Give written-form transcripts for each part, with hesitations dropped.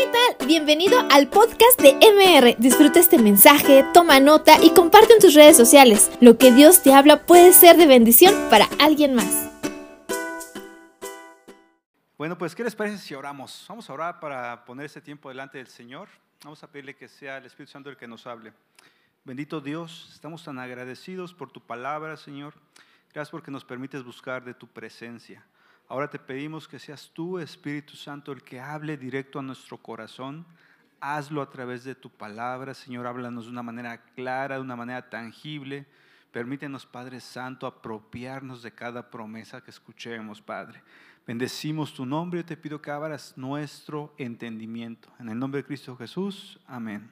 ¿qué tal? Bienvenido al podcast de MR. Disfruta este mensaje, toma nota y comparte en tus redes sociales. Lo que Dios te habla puede ser de bendición para alguien más. Bueno, pues, ¿qué les parece si oramos? Vamos a orar para poner este tiempo delante del Señor. Vamos a pedirle que sea el Espíritu Santo el que nos hable. Bendito Dios, estamos tan agradecidos por tu palabra, Señor. Gracias porque nos permites buscar de tu presencia. Ahora te pedimos que seas tú, Espíritu Santo, el que hable directo a nuestro corazón. Hazlo a través de tu palabra, Señor. Háblanos de una manera clara, de una manera tangible. Permítenos, Padre Santo, apropiarnos de cada promesa que escuchemos, Padre. Bendecimos tu nombre. Yo te pido que abras nuestro entendimiento. En el nombre de Cristo Jesús. Amén.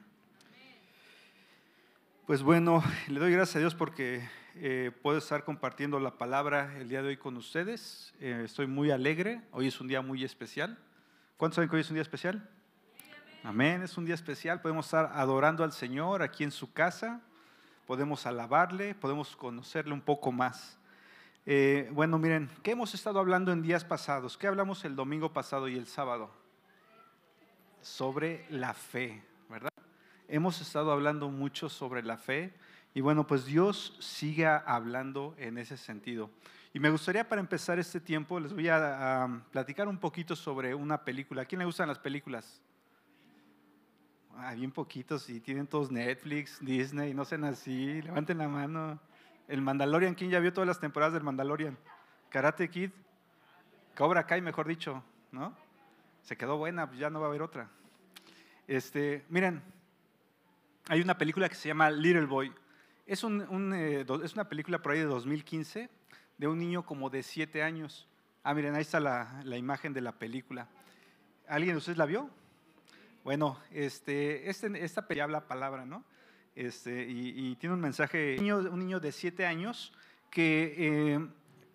Pues bueno, le doy gracias a Dios porque puedo estar compartiendo la palabra el día de hoy con ustedes. Estoy muy alegre. Hoy es un día muy especial. ¿Cuántos saben que hoy es un día especial? Amén, es un día especial. Podemos estar adorando al Señor aquí en su casa. Podemos alabarle, podemos conocerle un poco más. Bueno, miren, ¿qué hemos estado hablando en días pasados? ¿Qué hablamos el domingo pasado y el sábado? Sobre la fe, ¿verdad? Hemos estado hablando mucho sobre la fe y bueno, pues Dios sigue hablando en ese sentido. Y me gustaría para empezar este tiempo, les voy a platicar un poquito sobre una película. ¿A quién le gustan las películas? Bien poquitos y tienen todos Netflix, Disney, no sean así, levanten la mano. El Mandalorian, ¿quién ya vio todas las temporadas del Mandalorian? Karate Kid, Cobra Kai, mejor dicho, ¿no? Se quedó buena, pues ya no va a haber otra. Miren, hay una película que se llama Little Boy. Es una película por ahí de 2015 de un niño como de 7 años. Miren, ahí está la imagen de la película. ¿Alguien de ustedes la vio? Bueno, esta película habla palabra, ¿no? Y tiene un mensaje. Un niño de 7 años que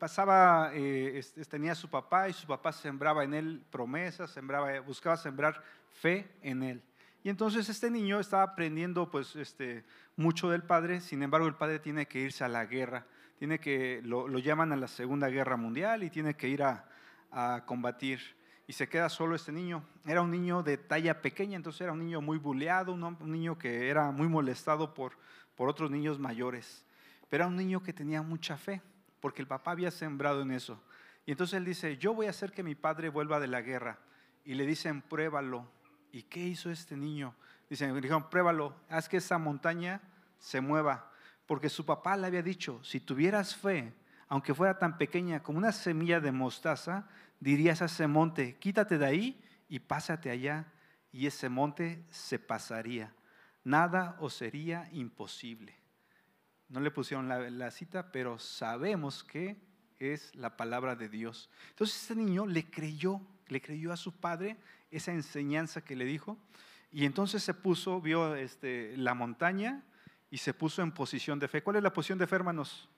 tenía a su papá y su papá sembraba en él promesas, buscaba sembrar fe en él. Y entonces este niño estaba aprendiendo pues, mucho del padre. Sin embargo, el padre tiene que irse a la guerra. Lo llaman a la Segunda Guerra Mundial y tiene que ir a combatir. Y se queda solo este niño. Era un niño de talla pequeña, entonces era un niño muy buleado, un niño que era muy molestado por otros niños mayores. Pero era un niño que tenía mucha fe, porque el papá había sembrado en eso. Y entonces él dice, yo voy a hacer que mi padre vuelva de la guerra. Y le dicen, pruébalo. ¿Y qué hizo este niño? Dijeron, pruébalo, haz que esa montaña se mueva. Porque su papá le había dicho, si tuvieras fe, aunque fuera tan pequeña como una semilla de mostaza, dirías a ese monte, quítate de ahí y pásate allá, y ese monte se pasaría. Nada os sería imposible. No le pusieron la cita, pero sabemos que es la palabra de Dios. Entonces este niño le creyó a su padre esa enseñanza que le dijo, y entonces vio la montaña y se puso en posición de fe. ¿Cuál es la posición de fe, hermanos?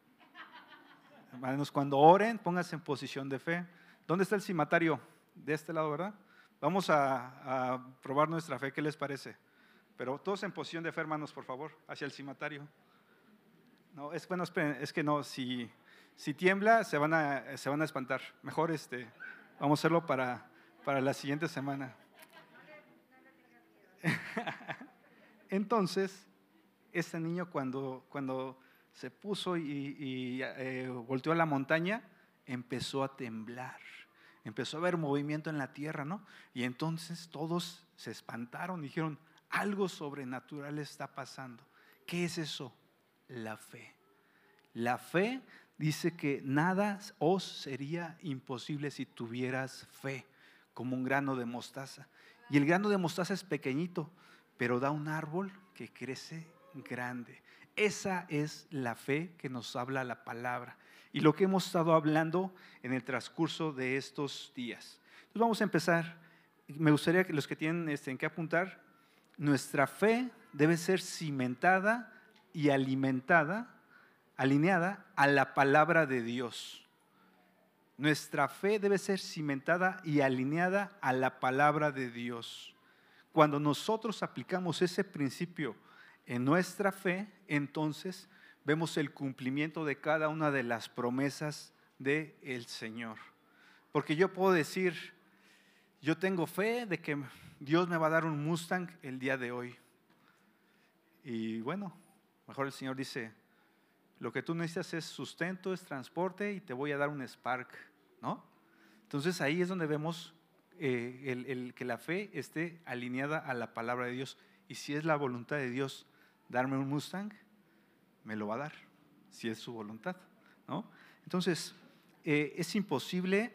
Hermanos, cuando oren, pónganse en posición de fe. ¿Dónde está el cimatario? De este lado, ¿verdad? Vamos a probar nuestra fe, ¿qué les parece? Pero todos en posición de fe, hermanos, por favor, hacia el cimatario. No, esperen, es que no, si tiembla se van a espantar. Mejor vamos a hacerlo para la siguiente semana. Entonces, este niño cuando se puso y volteó a la montaña, empezó a temblar, empezó a haber movimiento en la tierra, ¿no? Y entonces todos se espantaron, dijeron, algo sobrenatural está pasando. ¿Qué es eso? La fe. La fe dice que nada os sería imposible si tuvieras fe, como un grano de mostaza. Y el grano de mostaza es pequeñito, pero da un árbol que crece grande. Esa es la fe que nos habla la palabra y lo que hemos estado hablando en el transcurso de estos días. Entonces vamos a empezar. Me gustaría que los que tienen en qué apuntar, nuestra fe debe ser cimentada y alineada a la palabra de Dios. Nuestra fe debe ser cimentada y alineada a la palabra de Dios. Cuando nosotros aplicamos ese principio en nuestra fe, entonces vemos el cumplimiento de cada una de las promesas del Señor. Porque yo puedo decir, yo tengo fe de que Dios me va a dar un Mustang el día de hoy. Y bueno, mejor el Señor dice, lo que tú necesitas es sustento, es transporte y te voy a dar un Spark, ¿no? Entonces ahí es donde vemos que la fe esté alineada a la palabra de Dios. Y si es la voluntad de Dios darme un Mustang, me lo va a dar, si es su voluntad, ¿no? Entonces, es imposible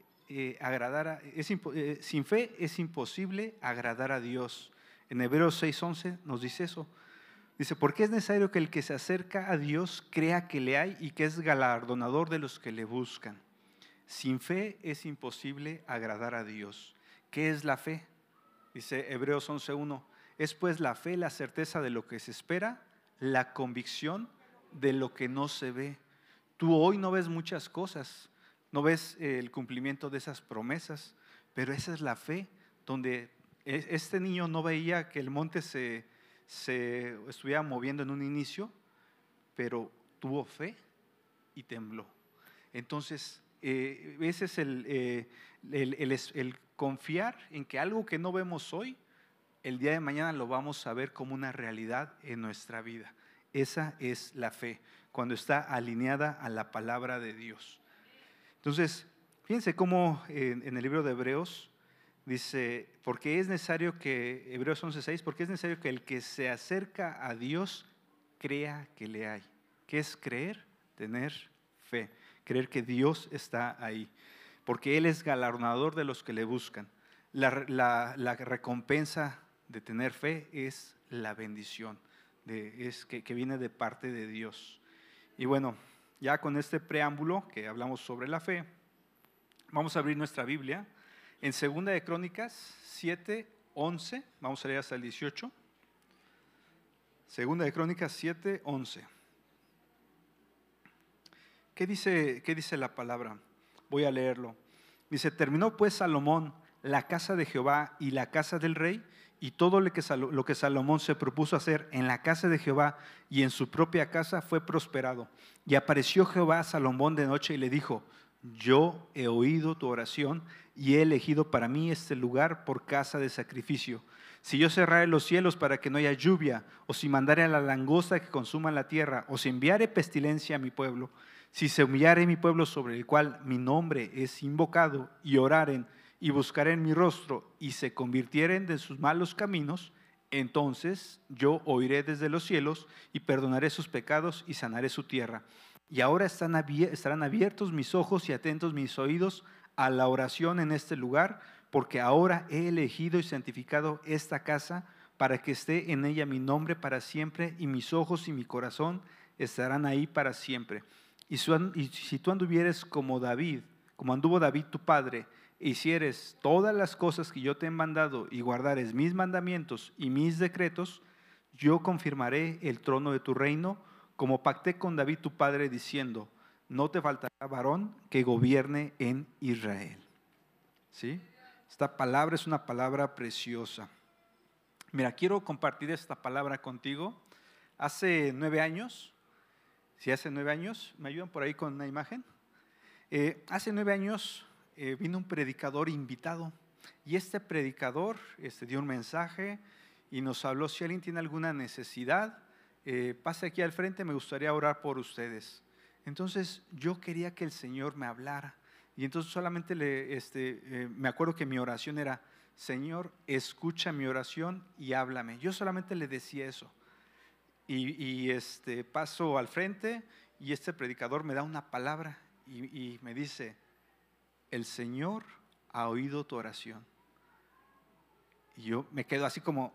sin fe es imposible agradar a Dios. En Hebreos 6:11 nos dice eso. Dice, porque es necesario que el que se acerca a Dios crea que le hay y que es galardonador de los que le buscan. Sin fe es imposible agradar a Dios. ¿Qué es la fe? Dice Hebreos 11:1, es pues la fe la certeza de lo que se espera, la convicción de lo que no se ve. Tú hoy no ves muchas cosas, no ves el cumplimiento de esas promesas, pero esa es la fe, donde este niño no veía que el monte se estuviera moviendo en un inicio, pero tuvo fe y tembló. Entonces, ese es el confiar en que algo que no vemos hoy, el día de mañana lo vamos a ver como una realidad en nuestra vida. Esa es la fe, cuando está alineada a la palabra de Dios. Entonces, fíjense cómo en el libro de Hebreos dice, porque es necesario que, Hebreos 11:6, porque es necesario que el que se acerca a Dios crea que le hay. ¿Qué es creer? Tener fe, creer que Dios está ahí, porque Él es galardonador de los que le buscan. La recompensa de tener fe es la bendición, que viene de parte de Dios. Y bueno, ya con este preámbulo que hablamos sobre la fe, vamos a abrir nuestra Biblia en 2 de Crónicas 7:11, vamos a leer hasta el 18. 2 de Crónicas 7:11. ¿Qué dice la palabra? Voy a leerlo. Dice, terminó pues Salomón la casa de Jehová y la casa del rey, y todo lo que Salomón se propuso hacer en la casa de Jehová y en su propia casa fue prosperado. Y apareció Jehová a Salomón de noche y le dijo, yo he oído tu oración y he elegido para mí este lugar por casa de sacrificio. Si yo cerrare los cielos para que no haya lluvia, o si mandare a la langosta que consuma la tierra, o si enviare pestilencia a mi pueblo, si se humillare mi pueblo sobre el cual mi nombre es invocado, y oraren y buscaren mi rostro, y se convirtieren de sus malos caminos, entonces yo oiré desde los cielos y perdonaré sus pecados y sanaré su tierra. Y ahora estarán abiertos mis ojos y atentos mis oídos a la oración en este lugar, porque ahora he elegido y santificado esta casa para que esté en ella mi nombre para siempre, y mis ojos y mi corazón estarán ahí para siempre. Y si tú anduvieres como anduvo David tu padre, e hicieres todas las cosas que yo te he mandado y guardares mis mandamientos y mis decretos, yo confirmaré el trono de tu reino, como pacté con David tu padre, diciendo, no te faltará varón que gobierne en Israel. ¿Sí? Esta palabra es una palabra preciosa. Mira, quiero compartir esta palabra contigo. Hace 9 años, ¿me ayudan por ahí con una imagen? Hace 9 años vino un predicador invitado, y este predicador dio un mensaje y nos habló, si alguien tiene alguna necesidad, pase aquí al frente, me gustaría orar por ustedes. Entonces yo quería que el Señor me hablara, y entonces solamente me acuerdo que mi oración era, Señor, escucha mi oración y háblame. Yo solamente le decía eso, y paso al frente, y este predicador me da una palabra y me dice, el Señor ha oído tu oración. Y yo me quedo así como,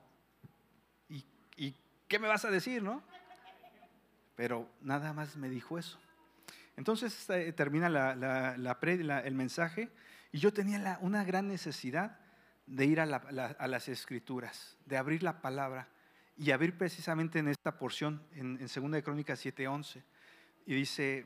¿y qué me vas a decir, no? Pero nada más me dijo eso. Entonces termina el mensaje, y yo tenía una gran necesidad de ir a las Escrituras, de abrir la palabra, y abrir precisamente en esta porción, en 2 de Crónicas 7:11, y dice,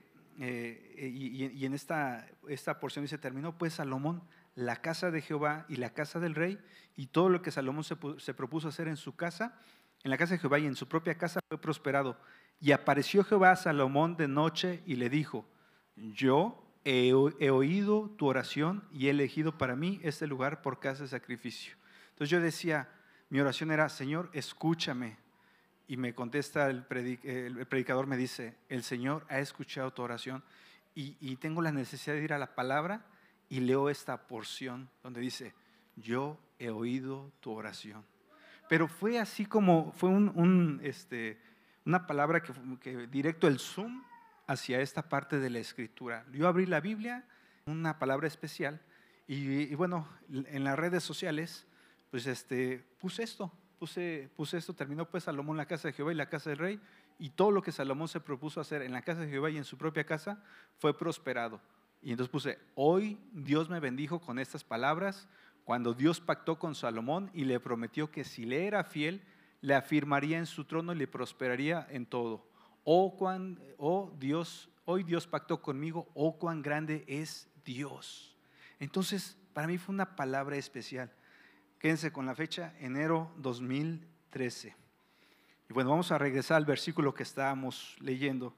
y en esta porción dice, terminó pues Salomón la casa de Jehová y la casa del rey, y todo lo que Salomón se propuso hacer en su casa, en la casa de Jehová y en su propia casa, fue prosperado. Y apareció Jehová a Salomón de noche y le dijo, yo he oído tu oración y he elegido para mí este lugar por casa de sacrificio. Entonces yo decía, mi oración era, Señor, escúchame. Y me contesta el predicador, me dice, el Señor ha escuchado tu oración y tengo la necesidad de ir a la palabra y leo esta porción donde dice, yo he oído tu oración. Pero fue así como, fue una palabra que directo el zoom hacia esta parte de la Escritura. Yo abrí la Biblia, una palabra especial, y bueno, en las redes sociales, pues puse esto, terminó pues Salomón la casa de Jehová y la casa del rey, y todo lo que Salomón se propuso hacer en la casa de Jehová y en su propia casa fue prosperado. Y entonces puse, hoy Dios me bendijo con estas palabras, cuando Dios pactó con Salomón y le prometió que si le era fiel, le afirmaría en su trono y le prosperaría en todo. Hoy Dios pactó conmigo, oh cuán grande es Dios. Entonces, para mí fue una palabra especial. Quédense con la fecha, enero 2013. Y bueno, vamos a regresar al versículo que estábamos leyendo.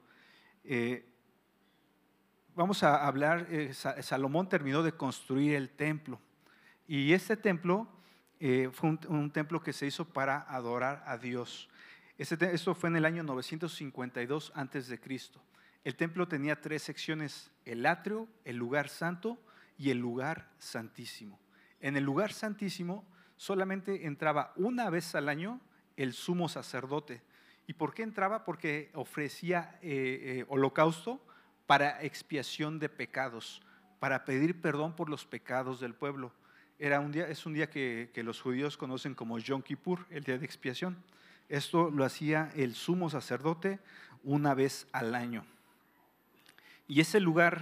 Vamos a hablar, Salomón terminó de construir el templo. Y este templo fue un templo que se hizo para adorar a Dios. Esto fue en el año 952 antes de Cristo. El templo tenía 3 secciones: el atrio, el lugar santo y el lugar santísimo. En el lugar santísimo solamente entraba una vez al año el sumo sacerdote. ¿Y por qué entraba? Porque ofrecía holocausto para expiación de pecados, para pedir perdón por los pecados del pueblo. Es un día que los judíos conocen como Yom Kippur, el día de expiación. Esto lo hacía el sumo sacerdote una vez al año. Y ese lugar,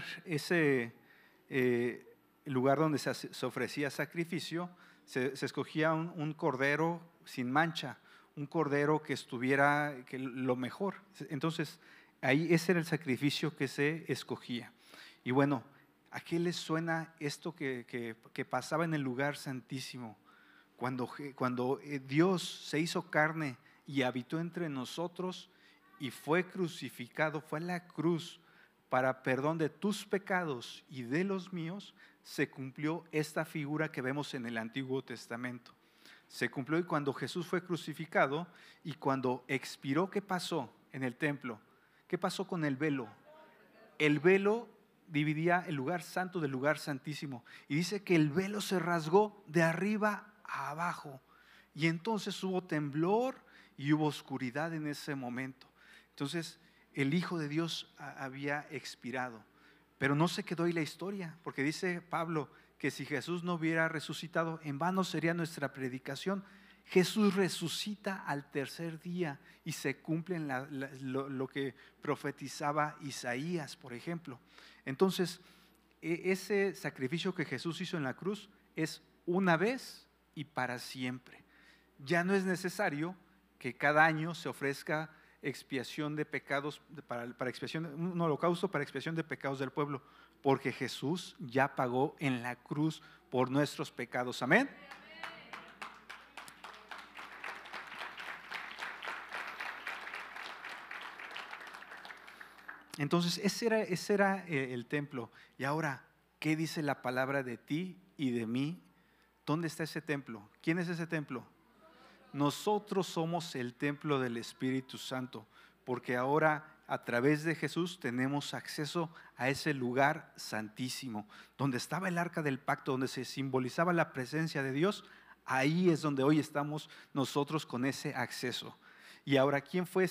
el lugar donde se ofrecía sacrificio, se escogía un cordero sin mancha, un cordero que estuviera lo mejor. Entonces, ahí ese era el sacrificio que se escogía. Y bueno, ¿a qué les suena esto que pasaba en el lugar santísimo? Cuando Dios se hizo carne y habitó entre nosotros y fue crucificado, fue a la cruz para perdón de tus pecados y de los míos, se cumplió esta figura que vemos en el Antiguo Testamento. Se cumplió, y cuando Jesús fue crucificado y cuando expiró, ¿qué pasó en el templo? ¿Qué pasó con el velo? El velo dividía el lugar santo del lugar santísimo, y dice que el velo se rasgó de arriba a abajo, y entonces hubo temblor y hubo oscuridad en ese momento. Entonces el Hijo de Dios había expirado, pero no se quedó ahí la historia, porque dice Pablo que si Jesús no hubiera resucitado, en vano sería nuestra predicación. Jesús resucita al tercer día y se cumple lo que profetizaba Isaías, por ejemplo. Entonces, ese sacrificio que Jesús hizo en la cruz es una vez y para siempre. Ya no es necesario que cada año se ofrezca expiación de pecados, para expiación, un holocausto para expiación de pecados del pueblo, porque Jesús ya pagó en la cruz por nuestros pecados. Amén. Entonces ese era el templo. Y ahora, ¿qué dice la palabra de ti y de mí? ¿Dónde está ese templo? ¿Quién es ese templo? Nosotros somos el templo del Espíritu Santo, porque ahora a través de Jesús tenemos acceso a ese lugar santísimo, donde estaba el arca del pacto, donde se simbolizaba la presencia de Dios. Ahí es donde hoy estamos nosotros con ese acceso. Y ahora, ¿quién fue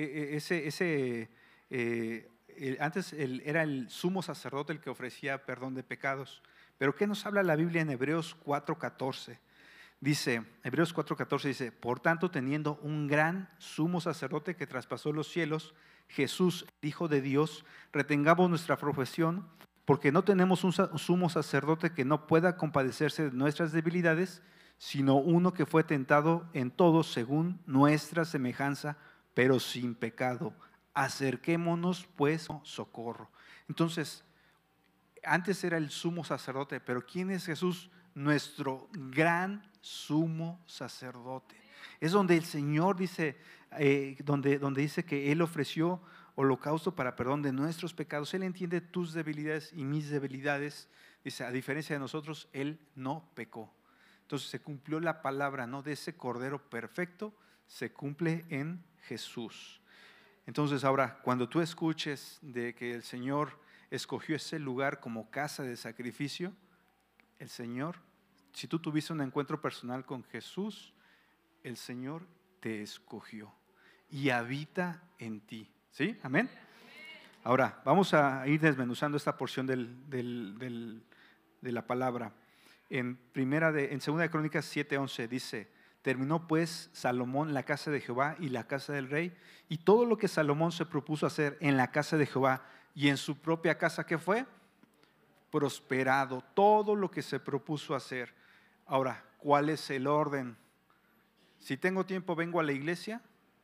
antes era el sumo sacerdote el que ofrecía perdón de pecados? Pero ¿qué nos habla la Biblia en Hebreos 4:14? Dice, Hebreos 4:14 dice, por tanto, teniendo un gran sumo sacerdote que traspasó los cielos, Jesús, el Hijo de Dios, retengamos nuestra profesión, porque no tenemos un sumo sacerdote que no pueda compadecerse de nuestras debilidades, sino uno que fue tentado en todo según nuestra semejanza, pero sin pecado. Acerquémonos pues socorro. Entonces, antes era el sumo sacerdote, pero ¿quién es Jesús? Nuestro gran sumo sacerdote. Es donde el Señor dice, donde dice que Él ofreció holocausto para perdón de nuestros pecados. Él entiende tus debilidades y mis debilidades. Dice, a diferencia de nosotros, Él no pecó. Entonces se cumplió la palabra, ¿no?, de ese Cordero perfecto, se cumple en Jesús. Entonces ahora, cuando tú escuches de que el Señor escogió ese lugar como casa de sacrificio, el Señor, si tú tuviste un encuentro personal con Jesús, el Señor te escogió y habita en ti. ¿Sí? ¿Amén? Ahora, vamos a ir desmenuzando esta porción de la palabra. En 2 de Crónicas 7:11 dice: terminó pues Salomón la casa de Jehová y la casa del rey, y todo lo que Salomón se propuso hacer en la casa de Jehová y en su propia casa, ¿qué fue? Prosperado, todo lo que se propuso hacer. Ahora, ¿cuál es el orden? Si tengo tiempo, ¿vengo a la iglesia?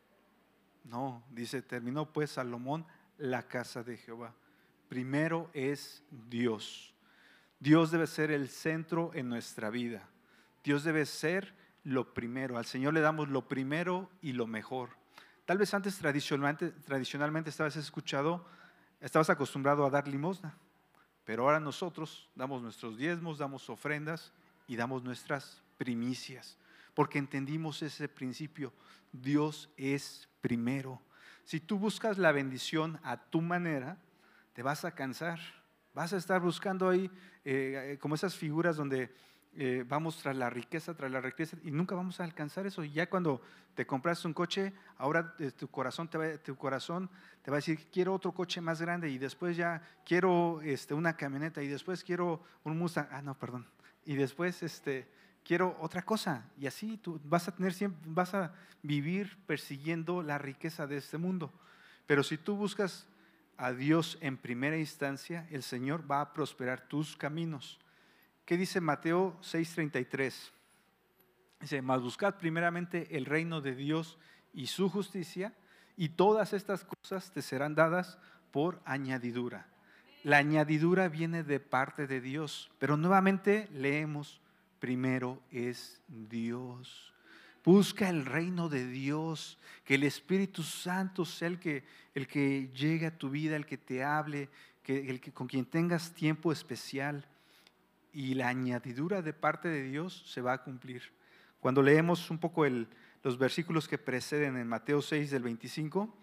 No, dice, terminó pues Salomón la casa de Jehová. Primero es Dios. Dios debe ser el centro en nuestra vida. Dios debe ser lo primero. Al Señor le damos lo primero y lo mejor. Tal vez antes tradicionalmente estabas acostumbrado a dar limosna, pero ahora nosotros damos nuestros diezmos, damos ofrendas y damos nuestras primicias, porque entendimos ese principio. Dios es primero. Si tú buscas la bendición a tu manera, te vas a cansar. Vas a estar buscando ahí como esas figuras donde vamos tras la riqueza, y nunca vamos a alcanzar eso. Y ya cuando te compras un coche, ahora tu corazón te va a decir, quiero otro coche más grande, y después ya quiero una camioneta, y después quiero un Mustang, y después quiero otra cosa. Y así tú vas a vivir persiguiendo la riqueza de este mundo. Pero si tú buscas a Dios en primera instancia, el Señor va a prosperar tus caminos. ¿Qué dice Mateo 6:33? Dice, mas buscad primeramente el reino de Dios y su justicia, y todas estas cosas te serán dadas por añadidura. La añadidura viene de parte de Dios, pero nuevamente leemos, primero es Dios. Busca el reino de Dios, que el Espíritu Santo sea el que llegue a tu vida, el que te hable, con quien tengas tiempo especial, y la añadidura de parte de Dios se va a cumplir. Cuando leemos un poco los versículos que preceden en Mateo 6 del 25,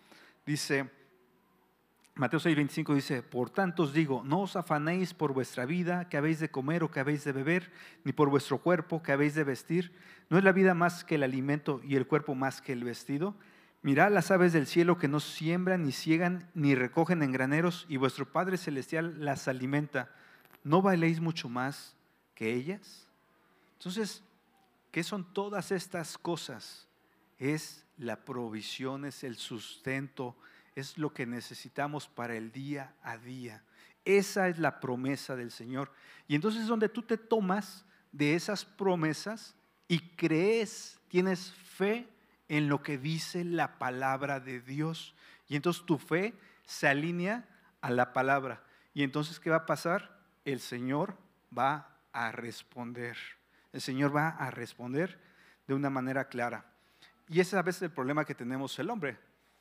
Mateo 6:25 dice, por tanto os digo, no os afanéis por vuestra vida, que habéis de comer o que habéis de beber, ni por vuestro cuerpo, que habéis de vestir. ¿No es la vida más que el alimento y el cuerpo más que el vestido? Mirad las aves del cielo, que no siembran, ni siegan, ni recogen en graneros, y vuestro Padre Celestial las alimenta. ¿No valéis mucho más que ellas? Entonces, ¿qué son todas estas cosas? Es la provisión, es el sustento, es lo que necesitamos para el día a día. Esa es la promesa del Señor. Y entonces es donde tú te tomas de esas promesas y crees, tienes fe en lo que dice la palabra de Dios. Y entonces tu fe se alinea a la palabra. Y entonces, ¿qué va a pasar? El Señor va a responder. El Señor va a responder de una manera clara. Y ese es a veces el problema que tenemos el hombre.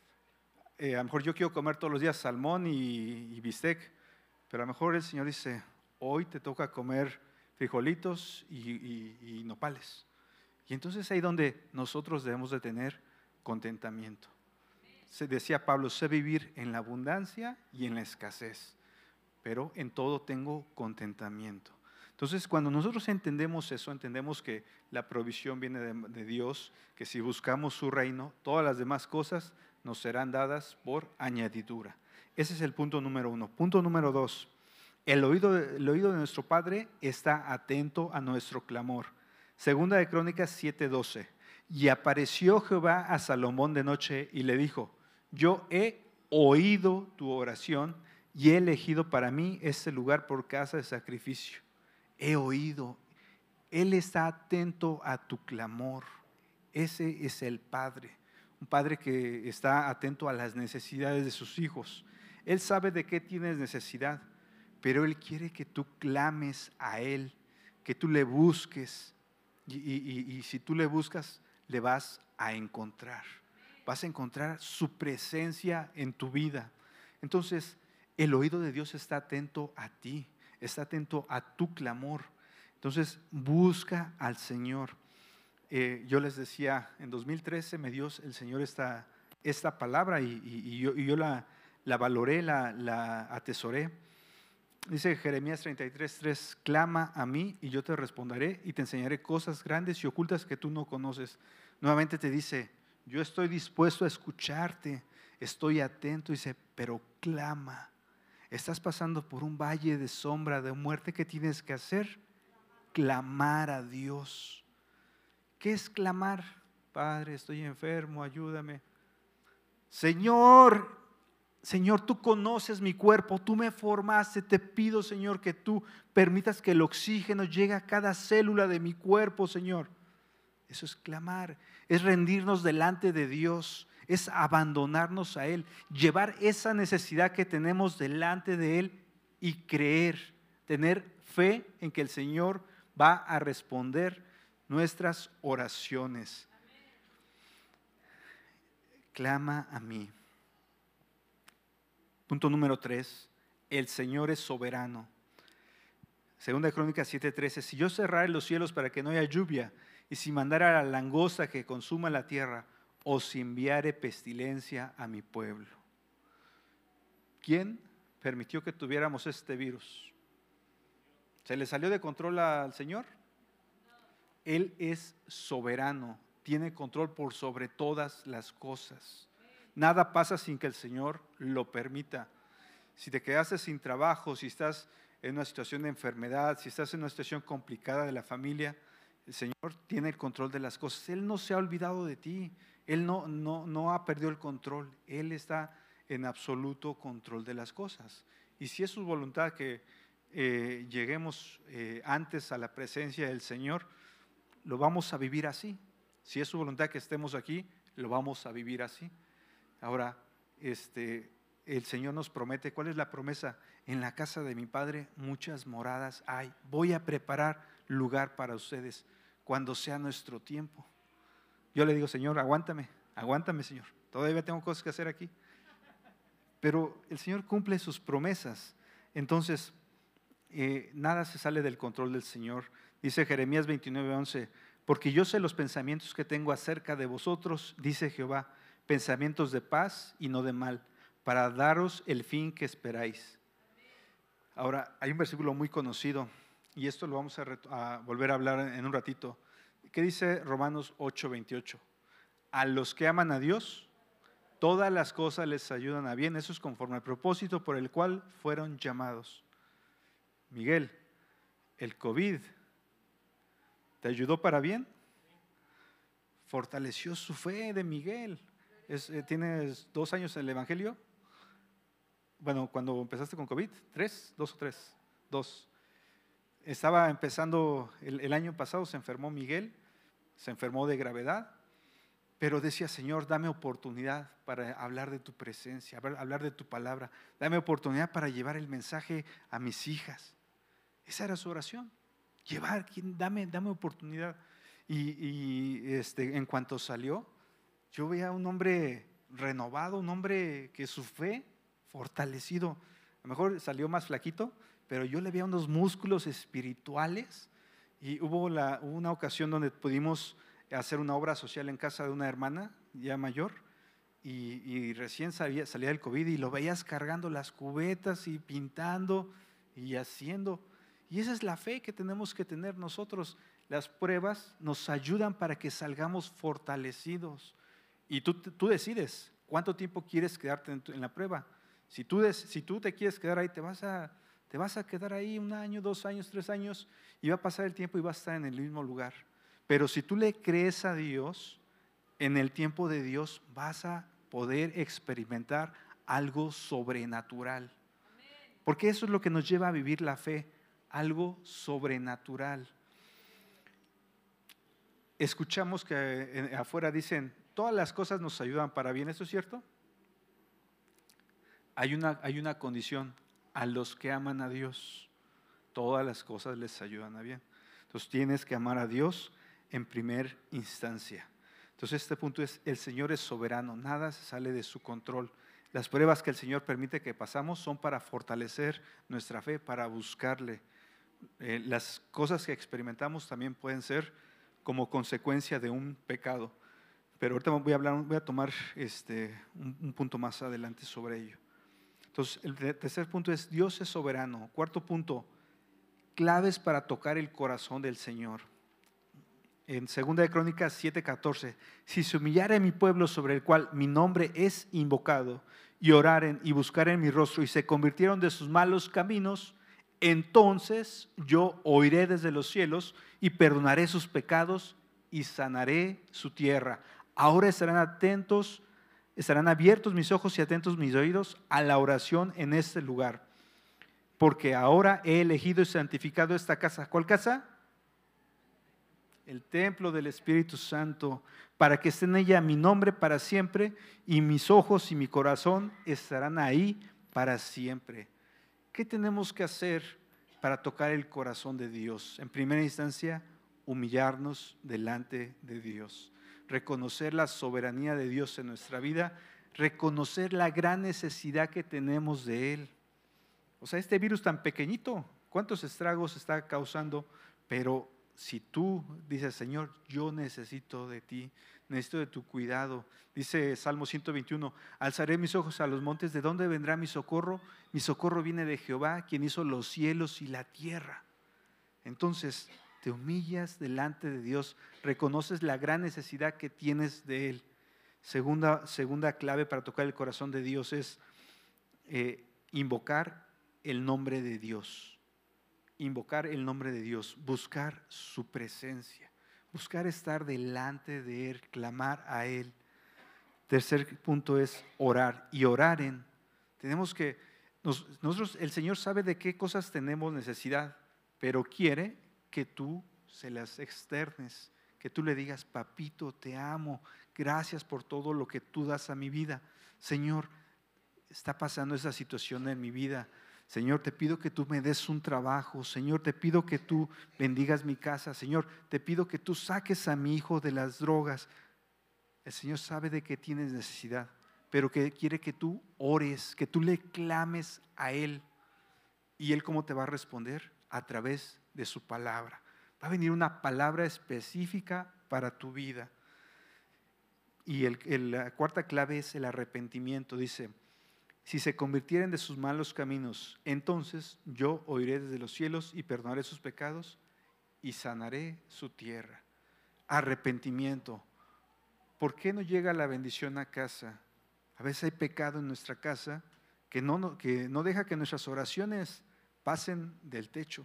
A lo mejor yo quiero comer todos los días salmón y bistec, pero a lo mejor el Señor dice, hoy te toca comer frijolitos y nopales. Y entonces ahí donde nosotros debemos de tener contentamiento. Decía Pablo, sé vivir en la abundancia y en la escasez, pero en todo tengo contentamiento. Entonces, cuando nosotros entendemos eso, entendemos que la provisión viene de Dios, que si buscamos su reino, todas las demás cosas nos serán dadas por añadidura. Ese es el punto número 1. Punto número 2, el oído de nuestro Padre está atento a nuestro clamor. 2 de Crónicas 7:12. Y apareció Jehová a Salomón de noche y le dijo, yo he oído tu oración y he elegido para mí este lugar por casa de sacrificio. He oído. Él está atento a tu clamor. Ese es el Padre. Un padre que está atento a las necesidades de sus hijos. Él sabe de qué tienes necesidad, pero Él quiere que tú clames a Él, que tú le busques. Y si tú le buscas, le vas a encontrar. Vas a encontrar su presencia en tu vida. Entonces, el oído de Dios está atento a ti, está atento a tu clamor. Entonces, busca al Señor. Yo les decía, en 2013 me dio el Señor esta palabra y yo la valoré, la atesoré. Dice Jeremías 33:3, clama a mí y yo te responderé y te enseñaré cosas grandes y ocultas que tú no conoces. Nuevamente te dice, yo estoy dispuesto a escucharte, estoy atento. Dice, pero clama. Estás pasando por un valle de sombra, de muerte. ¿Qué tienes que hacer? Clamar a Dios. ¿Qué es clamar? Padre, estoy enfermo, ayúdame. Señor, tú conoces mi cuerpo, tú me formaste, te pido, Señor, que tú permitas que el oxígeno llegue a cada célula de mi cuerpo, Señor. Eso es clamar, es rendirnos delante de Dios, es abandonarnos a Él, llevar esa necesidad que tenemos delante de Él y creer, tener fe en que el Señor va a responder nuestras oraciones. Clama a mí. Punto número 3, el Señor es soberano. Segunda Crónicas 7:13, si yo cerrara los cielos para que no haya lluvia, y si mandara la langosta que consuma la tierra, o si enviare pestilencia a mi pueblo. ¿Quién permitió que tuviéramos este virus? ¿Se le salió de control al Señor? Él es soberano, tiene control por sobre todas las cosas. Nada pasa sin que el Señor lo permita. Si te quedaste sin trabajo, si estás en una situación de enfermedad, si estás en una situación complicada de la familia, el Señor tiene el control de las cosas. Él no se ha olvidado de ti, Él no ha perdido el control, Él está en absoluto control de las cosas. Y si es su voluntad que lleguemos antes a la presencia del Señor, lo vamos a vivir así. Si es su voluntad que estemos aquí, lo vamos a vivir así. Ahora, el Señor nos promete, ¿cuál es la promesa? En la casa de mi Padre muchas moradas hay. Voy a preparar lugar para ustedes cuando sea nuestro tiempo. Yo le digo, Señor, aguántame, Señor. Todavía tengo cosas que hacer aquí. Pero el Señor cumple sus promesas. Entonces, nada se sale del control del Señor. Dice Jeremías 29:11, porque yo sé los pensamientos que tengo acerca de vosotros, dice Jehová, pensamientos de paz y no de mal, para daros el fin que esperáis. Ahora, hay un versículo muy conocido, y esto lo vamos a volver a hablar en un ratito, que dice Romanos 8:28, a los que aman a Dios, todas las cosas les ayudan a bien. Eso es conforme al propósito por el cual fueron llamados. Miguel, el COVID, ¿te ayudó para bien? Fortaleció su fe de Miguel. ¿Tienes 2 años en el Evangelio? Bueno, cuando empezaste con COVID, 3, 2 o 3, 2. Estaba empezando, el año pasado se enfermó Miguel, se enfermó de gravedad, pero decía, Señor, dame oportunidad para hablar de tu presencia, hablar de tu palabra, dame oportunidad para llevar el mensaje a mis hijas. Esa era su oración, dame oportunidad. Y en cuanto salió, yo veía un hombre renovado, un hombre que su fe fortalecido. A lo mejor salió más flaquito, pero yo le veía unos músculos espirituales. Y hubo una ocasión donde pudimos hacer una obra social en casa de una hermana ya mayor, y recién salía del COVID y lo veías cargando las cubetas y pintando y haciendo. Y esa es la fe que tenemos que tener nosotros. Las pruebas nos ayudan para que salgamos fortalecidos. Y tú decides cuánto tiempo quieres quedarte en la prueba. Si tú te quieres quedar ahí, te vas a quedar ahí 1 año, 2 años, 3 años, y va a pasar el tiempo y vas a estar en el mismo lugar. Pero si tú le crees a Dios, en el tiempo de Dios vas a poder experimentar algo sobrenatural. Porque eso es lo que nos lleva a vivir la fe, algo sobrenatural. Escuchamos que afuera dicen, todas las cosas nos ayudan para bien. ¿Eso es cierto? Hay una condición, a los que aman a Dios, todas las cosas les ayudan a bien. Entonces tienes que amar a Dios en primer instancia. Entonces este punto es, el Señor es soberano, nada se sale de su control. Las pruebas que el Señor permite que pasamos son para fortalecer nuestra fe, para buscarle. Las cosas que experimentamos también pueden ser como consecuencia de un pecado. Pero ahorita voy a tomar un punto más adelante sobre ello. Entonces, el tercer punto es: Dios es soberano. Cuarto punto: claves para tocar el corazón del Señor. En 2 de Crónicas 7:14, si se humillare mi pueblo sobre el cual mi nombre es invocado, y oraren y buscaren mi rostro, y se convirtieron de sus malos caminos, entonces yo oiré desde los cielos y perdonaré sus pecados y sanaré su tierra. Ahora estarán abiertos mis ojos y atentos mis oídos a la oración en este lugar, porque ahora he elegido y santificado esta casa. ¿Cuál casa? El templo del Espíritu Santo, para que esté en ella mi nombre para siempre, y mis ojos y mi corazón estarán ahí para siempre. ¿Qué tenemos que hacer para tocar el corazón de Dios? En primera instancia, humillarnos delante de Dios, reconocer la soberanía de Dios en nuestra vida, reconocer la gran necesidad que tenemos de Él. O sea, este virus tan pequeñito, ¿cuántos estragos está causando? Pero si tú dices: Señor, yo necesito de ti, necesito de tu cuidado. Dice Salmo 121, alzaré mis ojos a los montes, ¿de dónde vendrá mi socorro? Mi socorro viene de Jehová, quien hizo los cielos y la tierra. Entonces, te humillas delante de Dios, reconoces la gran necesidad que tienes de Él. Segunda clave para tocar el corazón de Dios es invocar el nombre de Dios. Invocar el nombre de Dios, buscar su presencia, buscar estar delante de Él, clamar a Él. Tercer punto es orar. Y oraren, tenemos que, nosotros, el Señor sabe de qué cosas tenemos necesidad, pero quiere que tú se las externes, que tú le digas: papito, te amo, gracias por todo lo que tú das a mi vida. Señor, está pasando esa situación en mi vida. Señor, te pido que tú me des un trabajo. Señor, te pido que tú bendigas mi casa. Señor, te pido que tú saques a mi hijo de las drogas. El Señor sabe de qué tienes necesidad, pero que quiere que tú ores, que tú le clames a Él. ¿Y Él cómo te va a responder? A través de su palabra. Va a venir una palabra específica para tu vida. Y la cuarta clave es el arrepentimiento. Dice: si se convirtieren de sus malos caminos, entonces yo oiré desde los cielos y perdonaré sus pecados y sanaré su tierra. Arrepentimiento. ¿Por qué no llega la bendición a casa? A veces hay pecado en nuestra casa que no deja que nuestras oraciones pasen del techo.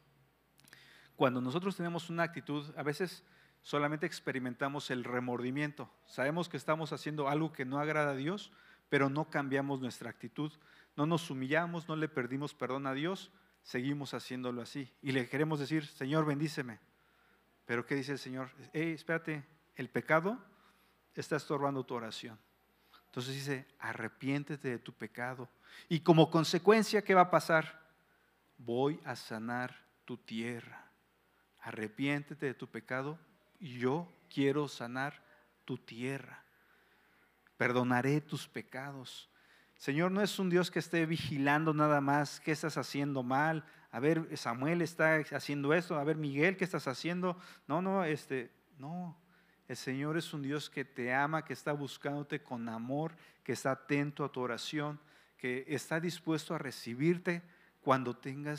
Cuando nosotros tenemos una actitud, a veces solamente experimentamos el remordimiento. Sabemos que estamos haciendo algo que no agrada a Dios, pero no cambiamos nuestra actitud, no nos humillamos, no le pedimos perdón a Dios, seguimos haciéndolo así. Y le queremos decir: Señor, bendíceme. Pero ¿qué dice el Señor? Espérate, el pecado está estorbando tu oración. Entonces dice: arrepiéntete de tu pecado. Y como consecuencia, ¿qué va a pasar? Voy a sanar tu tierra. Arrepiéntete de tu pecado y yo quiero sanar tu tierra. Perdonaré tus pecados. Señor, no es un Dios que esté vigilando nada más qué estás haciendo mal. A ver, Samuel está haciendo esto. A ver, Miguel, ¿qué estás haciendo? No. El Señor es un Dios que te ama, que está buscándote con amor, que está atento a tu oración, que está dispuesto a recibirte cuando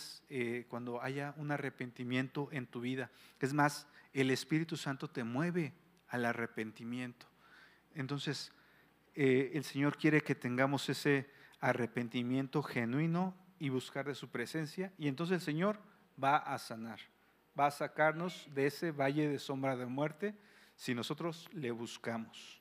haya un arrepentimiento en tu vida. Es más, el Espíritu Santo te mueve al arrepentimiento. Entonces, el Señor quiere que tengamos ese arrepentimiento genuino y buscar de su presencia, y entonces el Señor va a sanar, va a sacarnos de ese valle de sombra de muerte si nosotros le buscamos.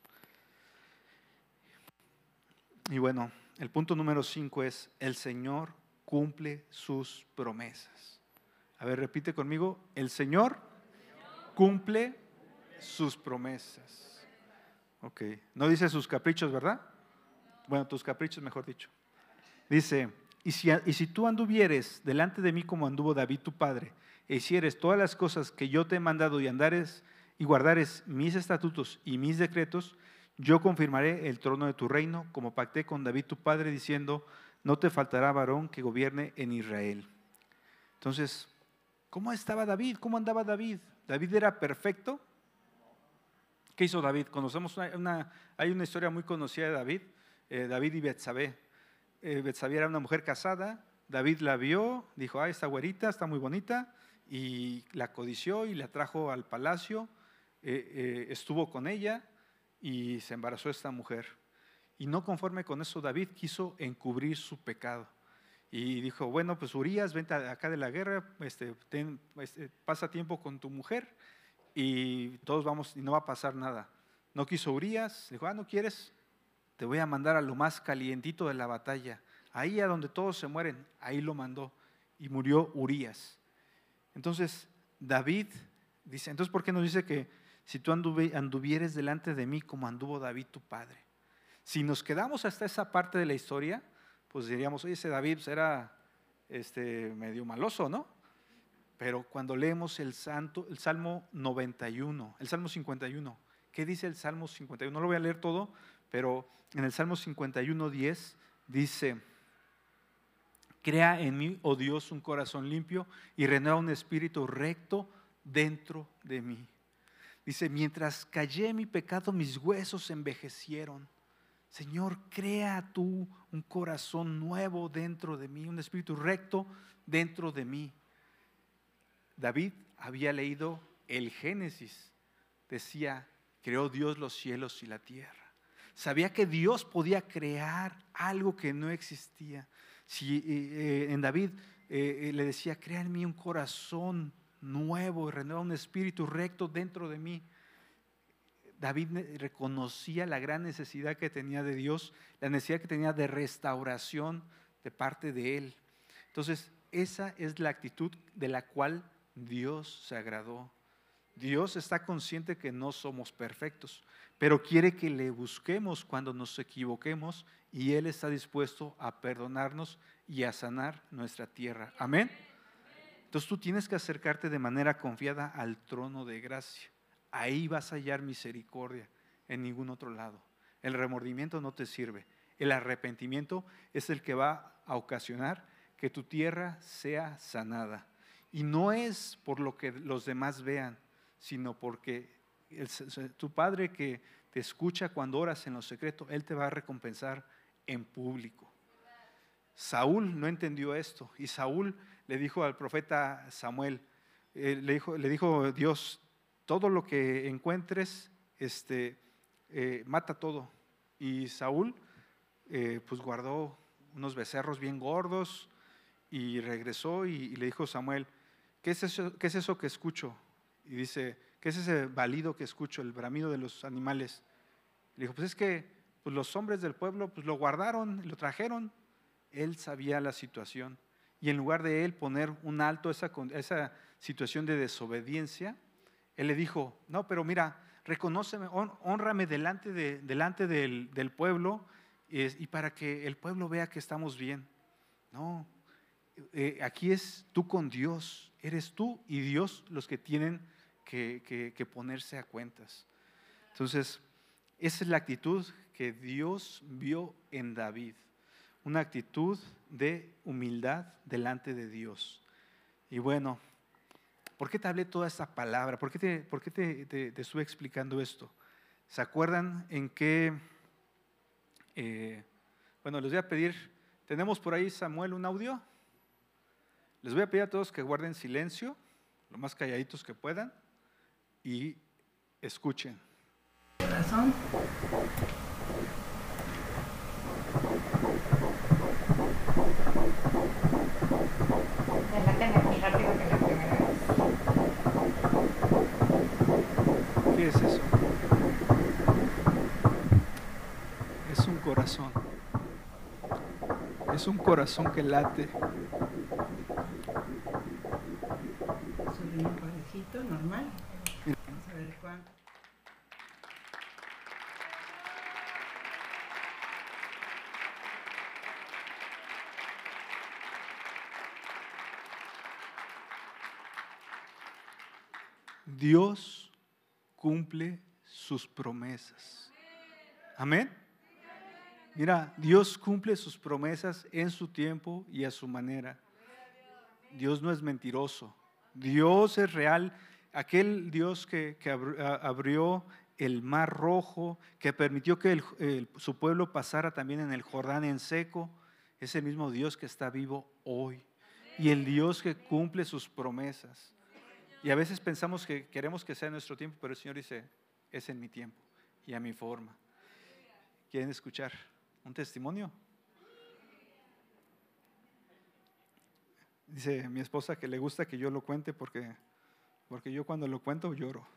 Y bueno, el punto número 5 es: el Señor cumple sus promesas. A ver, repite conmigo: el Señor cumple sus promesas. Ok, no dice sus caprichos, ¿verdad? Bueno, tus caprichos, mejor dicho. Dice: y si tú anduvieres delante de mí como anduvo David tu padre, e hicieres todas las cosas que yo te he mandado, y andares y guardares mis estatutos y mis decretos, yo confirmaré el trono de tu reino, como pacté con David tu padre, diciendo, no te faltará varón que gobierne en Israel. Entonces, ¿cómo estaba David? ¿Cómo andaba David? ¿David era perfecto? ¿Qué hizo David? Conocemos hay una historia muy conocida de David, David y Betsabé. Betsabé era una mujer casada, David la vio, dijo, esta güerita está muy bonita, y la codició y la trajo al palacio, estuvo con ella y se embarazó esta mujer. Y no conforme con eso, David quiso encubrir su pecado. Y dijo, bueno, pues Urías, vente acá de la guerra, pasa tiempo con tu mujer y todos vamos y no va a pasar nada. No quiso Urías, dijo, ¿no quieres? Te voy a mandar a lo más calientito de la batalla, ahí a donde todos se mueren, ahí lo mandó y murió Urías. Entonces David dice, entonces ¿por qué nos dice que si tú anduvieres delante de mí como anduvo David tu padre? Si nos quedamos hasta esa parte de la historia, pues diríamos, oye, ese David pues era medio maloso, ¿no? Pero cuando leemos el Salmo 91, el Salmo 51, ¿qué dice el Salmo 51? No lo voy a leer todo, pero en el Salmo 51:10 dice, crea en mí, oh Dios, un corazón limpio y renueva un espíritu recto dentro de mí. Dice, mientras callé mi pecado, mis huesos envejecieron. Señor, crea tú un corazón nuevo dentro de mí, un espíritu recto dentro de mí. David había leído el Génesis, decía, creó Dios los cielos y la tierra. Sabía que Dios podía crear algo que no existía. En David le decía, crea en mí un corazón nuevo y renueva un espíritu recto dentro de mí. David reconocía la gran necesidad que tenía de Dios, la necesidad que tenía de restauración de parte de Él. Entonces, esa es la actitud de la cual Dios se agradó. Dios está consciente que no somos perfectos, pero quiere que le busquemos cuando nos equivoquemos y Él está dispuesto a perdonarnos y a sanar nuestra tierra. Amén. Entonces tú tienes que acercarte de manera confiada al trono de gracia. Ahí vas a hallar misericordia, en ningún otro lado. El remordimiento no te sirve. El arrepentimiento es el que va a ocasionar que tu tierra sea sanada. Y no es por lo que los demás vean, sino porque tu Padre que te escucha cuando oras en lo secreto, Él te va a recompensar en público. Saúl no entendió esto y Saúl le dijo al profeta Samuel, le dijo Dios, todo lo que encuentres, mata todo. Y Saúl pues guardó unos becerros bien gordos y regresó y le dijo a Samuel, ¿qué es eso que escucho? Y dice, ¿qué es ese balido que escucho, el bramido de los animales? Le dijo, pues es que pues los hombres del pueblo pues lo guardaron, lo trajeron. Él sabía la situación y en lugar de él poner un alto a esa situación de desobediencia, él le dijo, no, pero mira, reconóceme, hónrame delante del pueblo y para que el pueblo vea que estamos bien. No, aquí es tú con Dios, eres tú y Dios los que tienen que ponerse a cuentas. Entonces, esa es la actitud que Dios vio en David, una actitud de humildad delante de Dios. Y bueno, ¿por qué te hablé toda esta palabra? ¿Por qué te estuve explicando esto? ¿Se acuerdan en qué? Bueno, les voy a pedir, ¿tenemos por ahí, Samuel, un audio? Les voy a pedir a todos que guarden silencio, lo más calladitos que puedan, y escuchen. Corazón. Me late muy rápido que la primera vez. ¿Qué es eso? Es un corazón. Es un corazón que late. Subí un parejito normal. Vamos a ver cuánto. Dios cumple sus promesas. Amén. Mira, Dios cumple sus promesas en su tiempo y a su manera. Dios no es mentiroso. Dios es real. Aquel Dios que abrió el mar rojo, que permitió que su pueblo pasara también en el Jordán en seco, es el mismo Dios que está vivo hoy. Y el Dios que cumple sus promesas. Y a veces pensamos que queremos que sea en nuestro tiempo, pero el Señor dice, es en mi tiempo y a mi forma. ¿Quieren escuchar un testimonio? Dice mi esposa que le gusta que yo lo cuente porque yo cuando lo cuento lloro.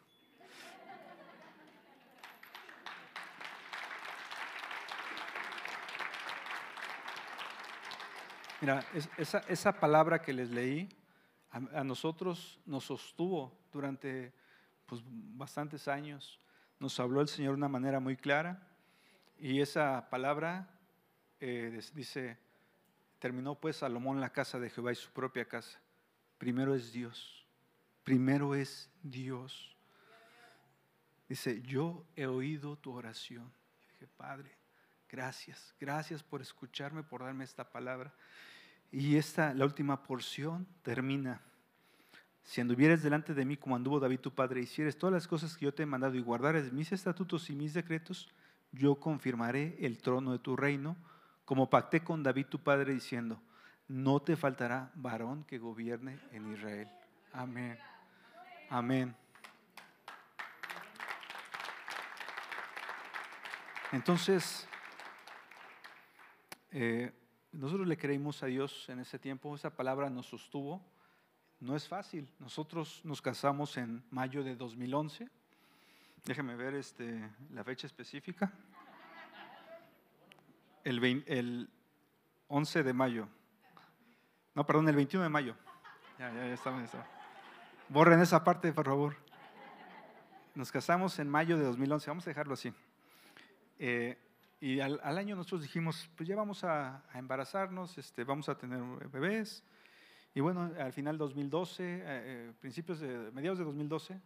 Mira, esa palabra que les leí a nosotros nos sostuvo durante pues, bastantes años. Nos habló el Señor de una manera muy clara y esa palabra dice, terminó pues Salomón la casa de Jehová y su propia casa. Primero es Dios, primero es Dios. Dice, yo he oído tu oración. Dije, Padre, gracias por escucharme, por darme esta palabra. Y la última porción termina. Si anduvieres delante de mí como anduvo David tu padre, hicieres todas las cosas que yo te he mandado y guardares mis estatutos y mis decretos, yo confirmaré el trono de tu reino, como pacté con David tu padre, diciendo, no te faltará varón que gobierne en Israel. Amén. Amén. Entonces, nosotros le creímos a Dios en ese tiempo, esa palabra nos sostuvo. No es fácil. Nosotros nos casamos en mayo de 2011. Déjame ver la fecha específica. El 11 de mayo. No, perdón, el 21 de mayo. Ya estaba. Borren esa parte, por favor. Nos casamos en mayo de 2011. Vamos a dejarlo así. Y al año nosotros dijimos, pues ya vamos a embarazarnos, vamos a tener bebés. Y bueno, al final 2012, mediados de 2012,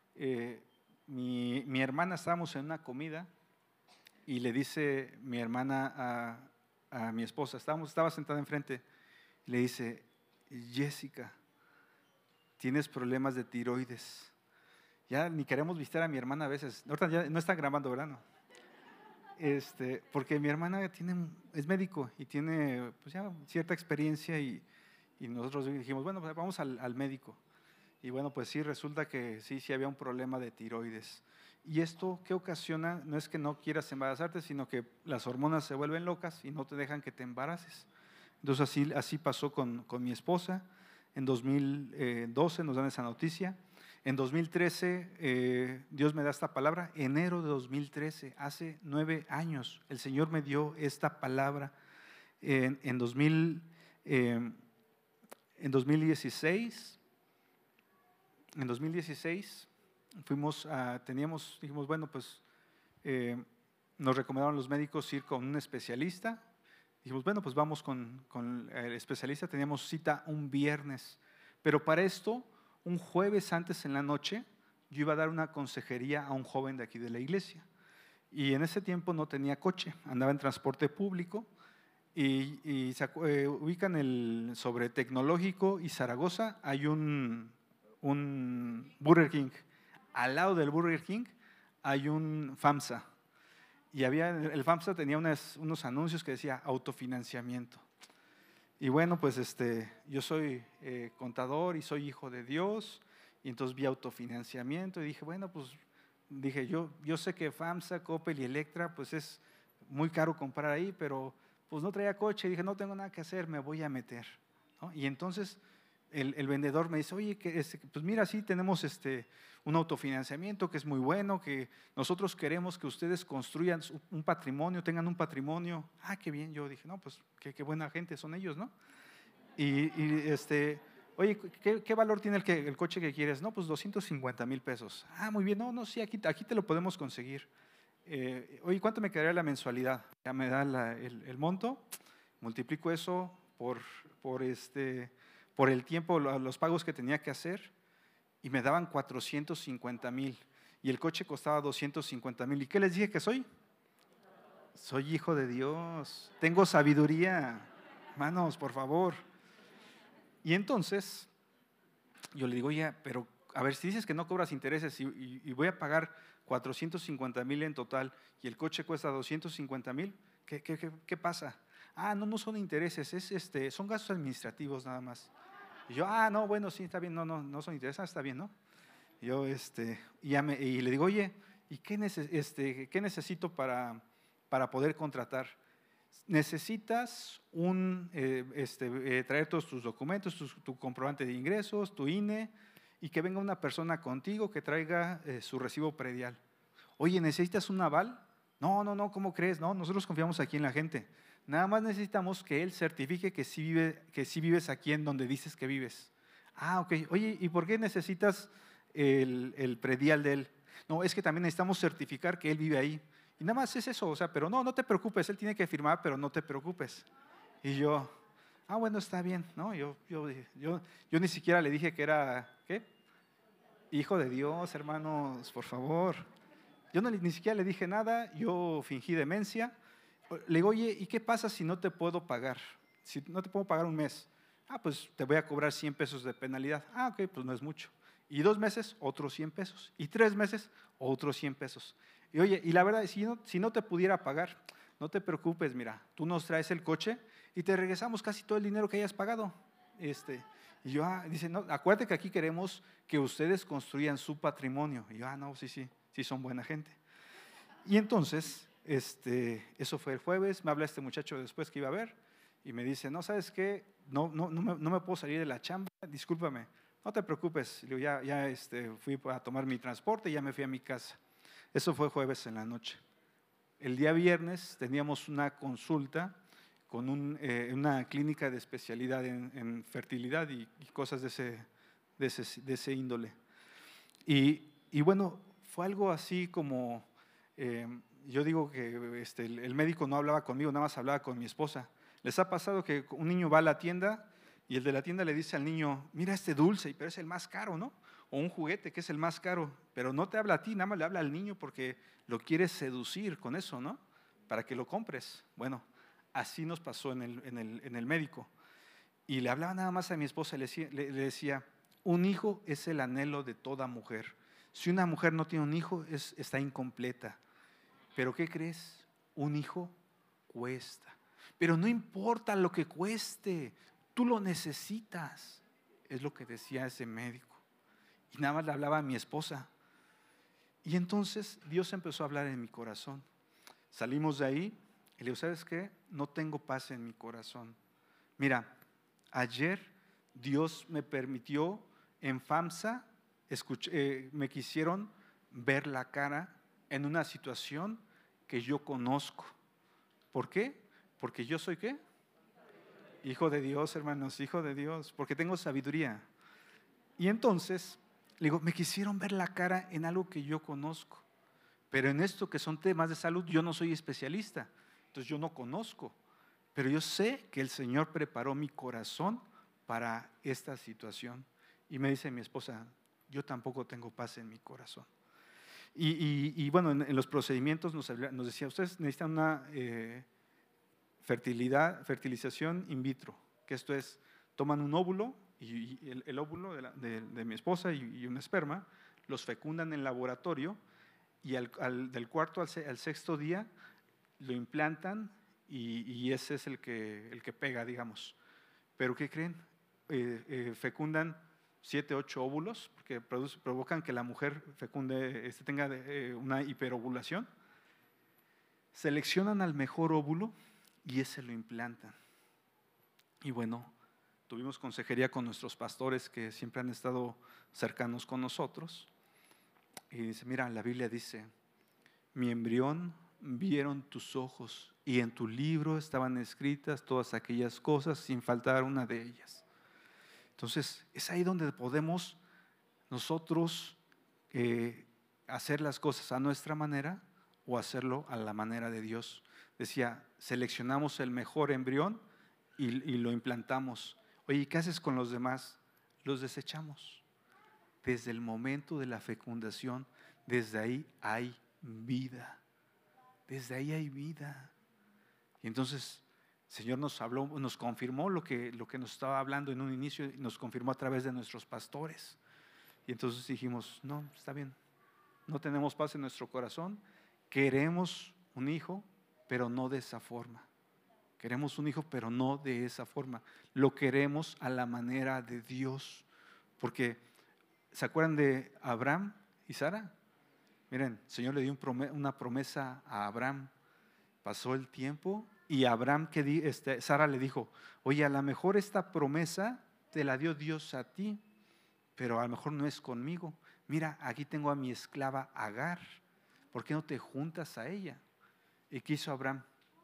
mi hermana, estábamos en una comida y le dice mi hermana a mi esposa, estaba sentada enfrente, y le dice, Jessica, tienes problemas de tiroides. Ya ni queremos visitar a mi hermana a veces. Ahorita ya no están grabando, ¿verdad? No. Porque mi hermana es médico y tiene pues ya cierta experiencia y nosotros dijimos, bueno, pues vamos al médico. Y bueno, pues sí, resulta que sí había un problema de tiroides. Y esto, ¿qué ocasiona? No es que no quieras embarazarte, sino que las hormonas se vuelven locas y no te dejan que te embaraces. Entonces así pasó con mi esposa. En 2012 nos dan esa noticia. En 2013 Dios me da esta palabra. Enero de 2013, hace 9 años, el Señor me dio esta palabra. En 2016 dijimos, bueno, pues nos recomendaron los médicos ir con un especialista. Dijimos, bueno, pues vamos con el especialista. Teníamos cita un viernes, pero para esto, un jueves antes en la noche, yo iba a dar una consejería a un joven de aquí de la iglesia. Y en ese tiempo no tenía coche, andaba en transporte público. Y se ubican sobre Tecnológico y Zaragoza, hay un Burger King. Al lado del Burger King hay un FAMSA. Y el FAMSA tenía unos anuncios que decía autofinanciamiento. Y bueno, pues yo soy contador y soy hijo de Dios. Y entonces vi autofinanciamiento y dije, bueno, pues yo sé que FAMSA, Coppel y Electra, pues es muy caro comprar ahí, pero pues no traía coche. Y dije, no tengo nada que hacer, me voy a meter, ¿no? Y entonces el vendedor me dice, oye, pues mira, sí tenemos un autofinanciamiento que es muy bueno, que nosotros queremos que ustedes construyan un patrimonio, tengan un patrimonio. Ah, qué bien. Yo dije, no, pues qué buena gente son ellos, ¿no? Oye, ¿qué valor tiene el coche que quieres? No, pues 250,000 pesos. Ah, muy bien, no, sí, aquí te lo podemos conseguir. Oye, ¿cuánto me quedaría la mensualidad? Ya me da el monto, multiplico eso por el tiempo, los pagos que tenía que hacer, y me daban 450,000 y el coche costaba 250,000. ¿Y qué les dije que soy? Soy hijo de Dios, tengo sabiduría. Hermanos, por favor. Y entonces yo le digo, oye, pero a ver, si dices que no cobras intereses y voy a pagar 450,000 en total y el coche cuesta 250,000, ¿qué pasa? Ah, no son intereses, son gastos administrativos nada más. Y yo, no, bueno, sí, está bien, no son intereses, está bien, ¿no? Yo, y le digo, oye, ¿y qué necesito para poder contratar? Necesitas traer todos tus documentos, tu comprobante de ingresos, tu INE, y que venga una persona contigo que traiga su recibo predial. Oye, ¿necesitas un aval? No, ¿cómo crees? No, nosotros confiamos aquí en la gente. Nada más necesitamos que él certifique que sí vives aquí en donde dices que vives. Ok. Oye, ¿y por qué necesitas el predial de él? No, es que también necesitamos certificar que él vive ahí. Y nada más es eso, pero no te preocupes, él tiene que firmar, pero no te preocupes. Y yo, bueno, está bien, ¿no? Yo ni siquiera le dije que era, ¿qué? Hijo de Dios, hermanos, por favor. Yo ni siquiera le dije nada, yo fingí demencia. Le digo, oye, ¿y qué pasa si no te puedo pagar? Si no te puedo pagar un mes. Pues te voy a cobrar 100 pesos de penalidad. Ok, pues no es mucho. Y 2 meses, otros 100 pesos. Y 3 meses, otros 100 pesos. Y oye, y la verdad, si no te pudiera pagar, no te preocupes, mira, tú nos traes el coche y te regresamos casi todo el dinero que hayas pagado. Y yo, dice, no, acuérdate que aquí queremos que ustedes construyan su patrimonio. Y yo, no, sí son buena gente. Y entonces, eso fue el jueves, me habla este muchacho después que iba a ver y me dice, no, ¿sabes qué? No me puedo salir de la chamba, discúlpame. No te preocupes, ya fui a tomar mi transporte y ya me fui a mi casa. Eso fue jueves en la noche. El día viernes teníamos una consulta con una clínica de especialidad en fertilidad y cosas de ese índole. Y bueno, fue algo así como, yo digo que el médico no hablaba conmigo, nada más hablaba con mi esposa. ¿Les ha pasado que un niño va a la tienda y el de la tienda le dice al niño, mira este dulce, pero es el más caro, ¿no? O un juguete que es el más caro, pero no te habla a ti, nada más le habla al niño porque lo quieres seducir con eso, ¿no? Para que lo compres. Bueno, así nos pasó en el médico. Y le hablaba nada más a mi esposa y le decía, un hijo es el anhelo de toda mujer. Si una mujer no tiene un hijo, está incompleta. Pero ¿qué crees? Un hijo cuesta. Pero no importa lo que cueste, tú lo necesitas. Es lo que decía ese médico. Y nada más le hablaba a mi esposa. Y entonces Dios empezó a hablar en mi corazón. Salimos de ahí y le digo, ¿sabes qué? No tengo paz en mi corazón. Mira, ayer Dios me permitió en FAMSA, me quisieron ver la cara en una situación que yo conozco. ¿Por qué? Porque yo soy ¿qué? Hijo de Dios, hermanos, hijo de Dios, porque tengo sabiduría. Y entonces, le digo, me quisieron ver la cara en algo que yo conozco, pero en esto que son temas de salud yo no soy especialista, entonces yo no conozco, pero yo sé que el Señor preparó mi corazón para esta situación. Y me dice mi esposa, yo tampoco tengo paz en mi corazón. Y bueno, en los procedimientos nos decía, ustedes necesitan una fertilización in vitro, que esto es, toman un óvulo, y el óvulo de mi esposa y un esperma, los fecundan en laboratorio y del cuarto al sexto día lo implantan y ese es el que pega, digamos. Pero ¿qué creen? Fecundan 7, 8 óvulos, porque provocan que la mujer fecunde, tenga una hiperovulación. Seleccionan al mejor óvulo y ese lo implantan. Y bueno, tuvimos consejería con nuestros pastores que siempre han estado cercanos con nosotros. Y dice, mira, la Biblia dice, mi embrión vieron tus ojos y en tu libro estaban escritas todas aquellas cosas sin faltar una de ellas. Entonces, es ahí donde podemos nosotros hacer las cosas a nuestra manera o hacerlo a la manera de Dios. Decía, seleccionamos el mejor embrión y lo implantamos. Oye, ¿qué haces con los demás? Los desechamos. Desde el momento de la fecundación, desde ahí hay vida. desde ahí hay vida. Y entonces el Señor nos habló, nos confirmó lo que nos estaba hablando en un inicio, nos confirmó a través de nuestros pastores. Y entonces dijimos, no, está bien, no tenemos paz en nuestro corazón, queremos un hijo, pero no de esa forma. Queremos un hijo, pero no de esa forma. Lo queremos a la manera de Dios. Porque, ¿se acuerdan de Abraham y Sara? Miren, el Señor le dio una promesa a Abraham. Pasó el tiempo y Abraham, Sara le dijo, oye, a lo mejor esta promesa te la dio Dios a ti, pero a lo mejor no es conmigo. Mira, aquí tengo a mi esclava Agar. ¿Por qué no te juntas a ella? ¿Y qué hizo Abraham?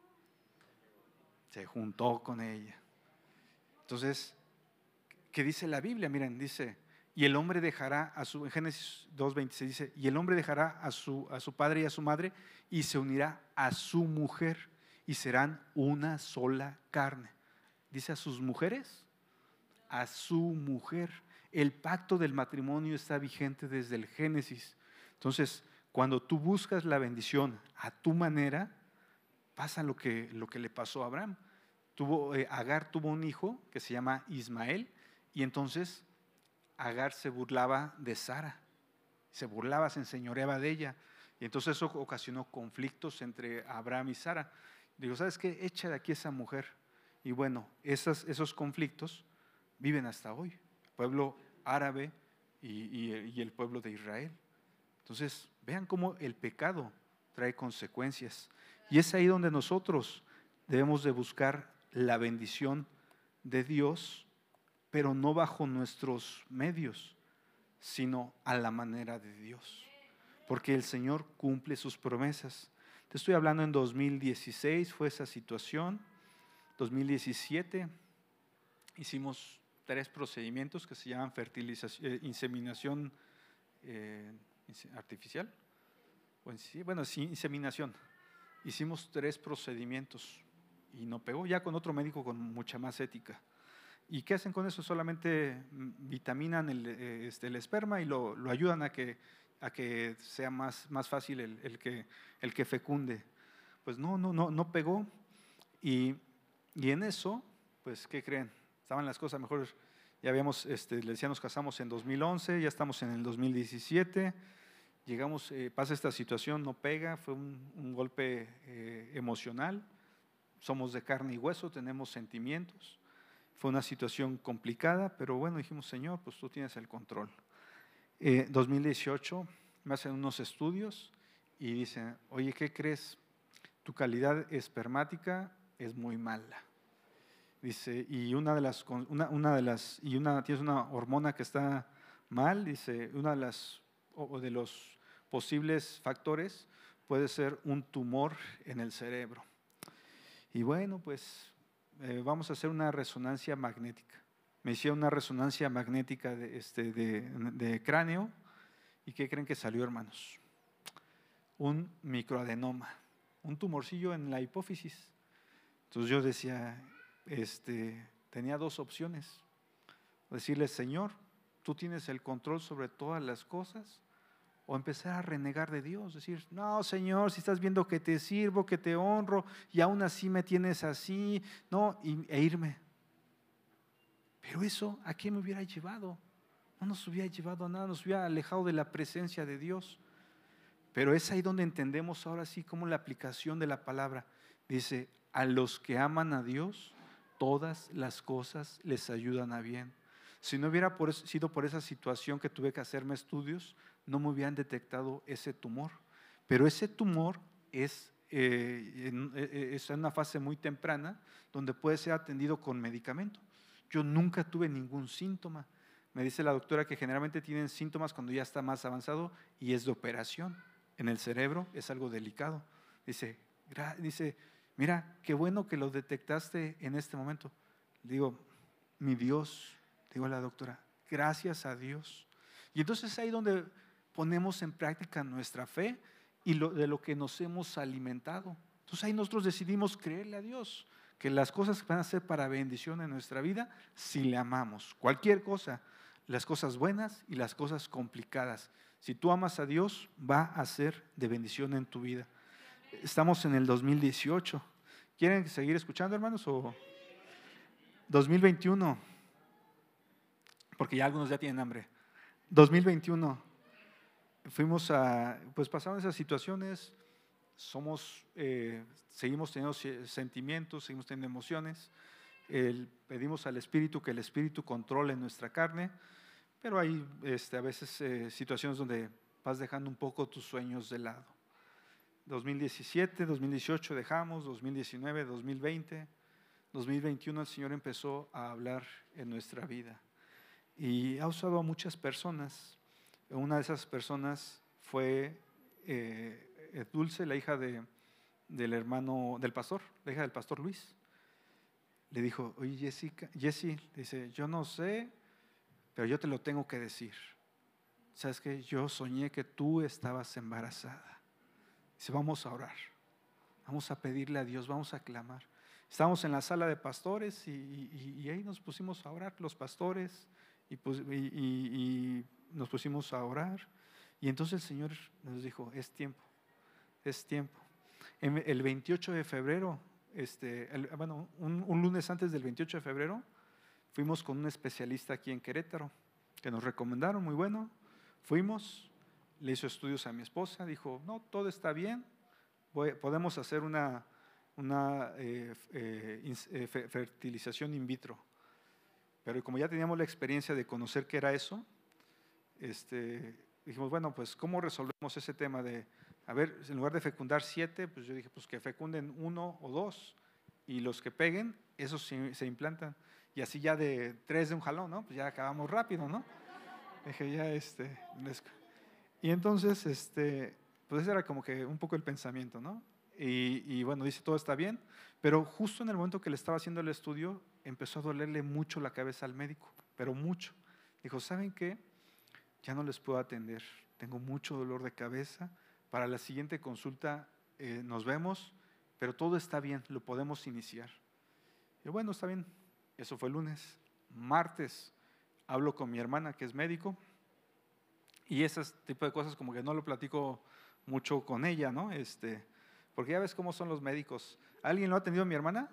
Se juntó con ella. Entonces, ¿qué dice la Biblia? Miren, dice, y el hombre dejará en Génesis 2:26 dice, y el hombre dejará a su padre y a su madre y se unirá a su mujer y serán una sola carne. Dice a sus mujeres, a su mujer. El pacto del matrimonio está vigente desde el Génesis. Entonces, cuando tú buscas la bendición a tu manera, pasa lo que le pasó a Abraham. Agar tuvo un hijo que se llama Ismael y entonces Agar se burlaba de Sara, se enseñoreaba de ella y entonces eso ocasionó conflictos entre Abraham y Sara. Digo, ¿sabes qué? Echa de aquí esa mujer. Y bueno, esos conflictos viven hasta hoy, el pueblo árabe y el pueblo de Israel. Entonces, vean cómo el pecado trae consecuencias. Y es ahí donde nosotros debemos de buscar la bendición de Dios, pero no bajo nuestros medios, sino a la manera de Dios. Porque el Señor cumple sus promesas. Te estoy hablando en 2016, fue esa situación. 2017 hicimos 3 procedimientos que se llaman inseminación artificial. Inseminación. Hicimos 3 procedimientos y no pegó, ya con otro médico con mucha más ética. ¿Y qué hacen con eso? Solamente vitaminan el esperma y lo ayudan a que sea más fácil el que fecunde. Pues no pegó. Y en eso, pues, ¿qué creen? Estaban las cosas mejor. Ya habíamos, les decía, nos casamos en 2011, ya estamos en el 2017. Llegamos, pasa esta situación, no pega, fue un golpe emocional. Somos de carne y hueso, tenemos sentimientos. Fue una situación complicada, pero bueno, dijimos, Señor, pues tú tienes el control. 2018 me hacen unos estudios y dicen, oye, ¿qué crees? Tu calidad espermática es muy mala. Dice, y tienes una hormona que está mal, dice, de los posibles factores puede ser un tumor en el cerebro. Y bueno, pues vamos a hacer una resonancia magnética. Me hicieron una resonancia magnética de cráneo. ¿Y qué creen que salió, hermanos? Un microadenoma, un tumorcillo en la hipófisis. Entonces yo decía, tenía 2 opciones. Decirle, Señor, tú tienes el control sobre todas las cosas, o empezar a renegar de Dios, decir, no, Señor, si estás viendo que te sirvo, que te honro, y aún así me tienes así, no, e irme. Pero eso, ¿a qué me hubiera llevado? No nos hubiera llevado a nada, nos hubiera alejado de la presencia de Dios. Pero es ahí donde entendemos ahora sí cómo la aplicación de la palabra dice, a los que aman a Dios, todas las cosas les ayudan a bien. Si no hubiera sido por esa situación que tuve que hacerme estudios, no me hubieran detectado ese tumor. Pero ese tumor es en una fase muy temprana donde puede ser atendido con medicamento. Yo nunca tuve ningún síntoma. Me dice la doctora que generalmente tienen síntomas cuando ya está más avanzado y es de operación. En el cerebro es algo delicado. Dice, mira, qué bueno que lo detectaste en este momento. Le digo, mi Dios, digo a la doctora, gracias a Dios. Y entonces es ahí donde ponemos en práctica nuestra fe y de lo que nos hemos alimentado. Entonces ahí nosotros decidimos creerle a Dios, que las cosas van a ser para bendición en nuestra vida si le amamos. Cualquier cosa, las cosas buenas y las cosas complicadas. Si tú amas a Dios, va a ser de bendición en tu vida. Estamos en el 2018. ¿Quieren seguir escuchando, hermanos? ¿O 2021? Porque ya algunos ya tienen hambre. 2021. Fuimos pues pasaron esas situaciones, seguimos teniendo sentimientos, seguimos teniendo emociones, pedimos al Espíritu que el Espíritu controle nuestra carne, pero hay a veces situaciones donde vas dejando un poco tus sueños de lado. 2017, 2018 dejamos, 2019, 2020, 2021 el Señor empezó a hablar en nuestra vida y ha usado a muchas personas. Una de esas personas fue Dulce, la hija del hermano del pastor, la hija del pastor Luis. Le dijo, oye Jessie, dice, yo no sé, pero yo te lo tengo que decir. ¿Sabes qué? Yo soñé que tú estabas embarazada. Dice, vamos a orar, vamos a pedirle a Dios, vamos a clamar. Estábamos en la sala de pastores y ahí nos pusimos a orar los pastores y nos pusimos a orar y entonces el Señor nos dijo, es tiempo. El 28 de febrero, un lunes antes del 28 de febrero, fuimos con un especialista aquí en Querétaro, que nos recomendaron, muy bueno. Fuimos, le hizo estudios a mi esposa, dijo, no, todo está bien, podemos hacer una fertilización in vitro. Pero como ya teníamos la experiencia de conocer qué era eso, dijimos, bueno, pues ¿cómo resolvemos ese tema de, a ver, en lugar de fecundar 7, pues yo dije, pues que fecunden 1 o 2 y los que peguen, esos se implantan. Y así ya de 3 de un jalón, ¿no? Pues ya acabamos rápido, ¿no? Dije, ya Y entonces, pues ese era como que un poco el pensamiento, ¿no? Y bueno, dice, todo está bien, pero justo en el momento que le estaba haciendo el estudio, empezó a dolerle mucho la cabeza al médico, pero mucho. Dijo, ¿saben qué? Ya no les puedo atender, tengo mucho dolor de cabeza, para la siguiente consulta nos vemos, pero todo está bien, lo podemos iniciar. Y bueno, está bien, eso fue el lunes. Martes, hablo con mi hermana que es médico, y ese tipo de cosas como que no lo platico mucho con ella, ¿no? Porque ya ves cómo son los médicos. ¿Alguien lo ha atendido mi hermana?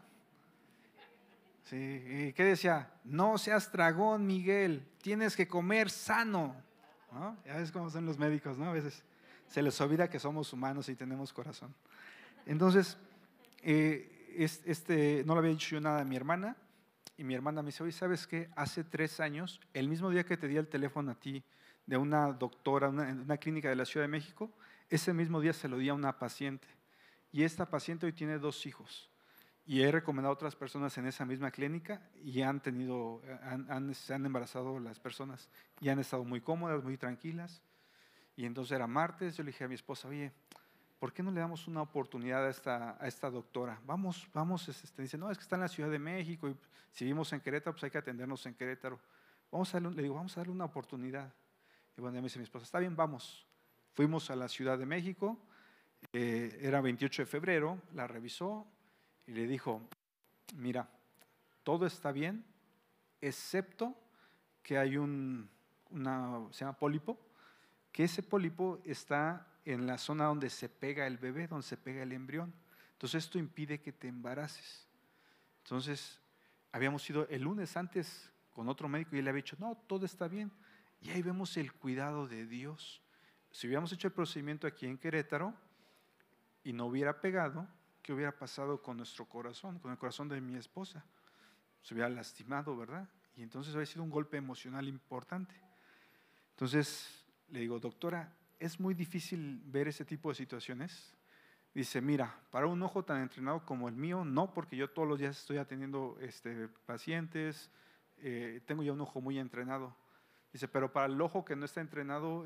Sí, ¿y qué decía? No seas tragón, Miguel, tienes que comer sano, ¿no? Ya ves cómo son los médicos, ¿no? A veces se les olvida que somos humanos y tenemos corazón. Entonces, no le había dicho yo nada a mi hermana, y mi hermana me dice, oye, ¿sabes qué? Hace 3 años, el mismo día que te di el teléfono a ti de una doctora en una clínica de la Ciudad de México, ese mismo día se lo di a una paciente, y esta paciente hoy tiene 2 hijos. Y he recomendado a otras personas en esa misma clínica y se han embarazado las personas y han estado muy cómodas, muy tranquilas. Y entonces era martes, yo le dije a mi esposa, oye, ¿por qué no le damos una oportunidad a esta doctora? Vamos, dice, no, es que está en la Ciudad de México y si vivimos en Querétaro, pues hay que atendernos en Querétaro. Le digo, vamos a darle una oportunidad. Y bueno, ya me dice mi esposa, está bien, vamos. Fuimos a la Ciudad de México, era 28 de febrero, la revisó, y le dijo, mira, todo está bien, excepto que hay se llama pólipo, que ese pólipo está en la zona donde se pega el bebé, donde se pega el embrión. Entonces esto impide que te embaraces. Entonces, habíamos ido el lunes antes con otro médico y él le había dicho, no, todo está bien. Y ahí vemos el cuidado de Dios. Si hubiéramos hecho el procedimiento aquí en Querétaro y no hubiera pegado, ¿qué hubiera pasado con nuestro corazón, con el corazón de mi esposa? Se hubiera lastimado, ¿verdad? Y entonces había sido un golpe emocional importante. Entonces le digo, doctora, ¿es muy difícil ver ese tipo de situaciones? Dice, mira, para un ojo tan entrenado como el mío, no, porque yo todos los días estoy atendiendo pacientes, tengo ya un ojo muy entrenado. Dice, pero para el ojo que no está entrenado,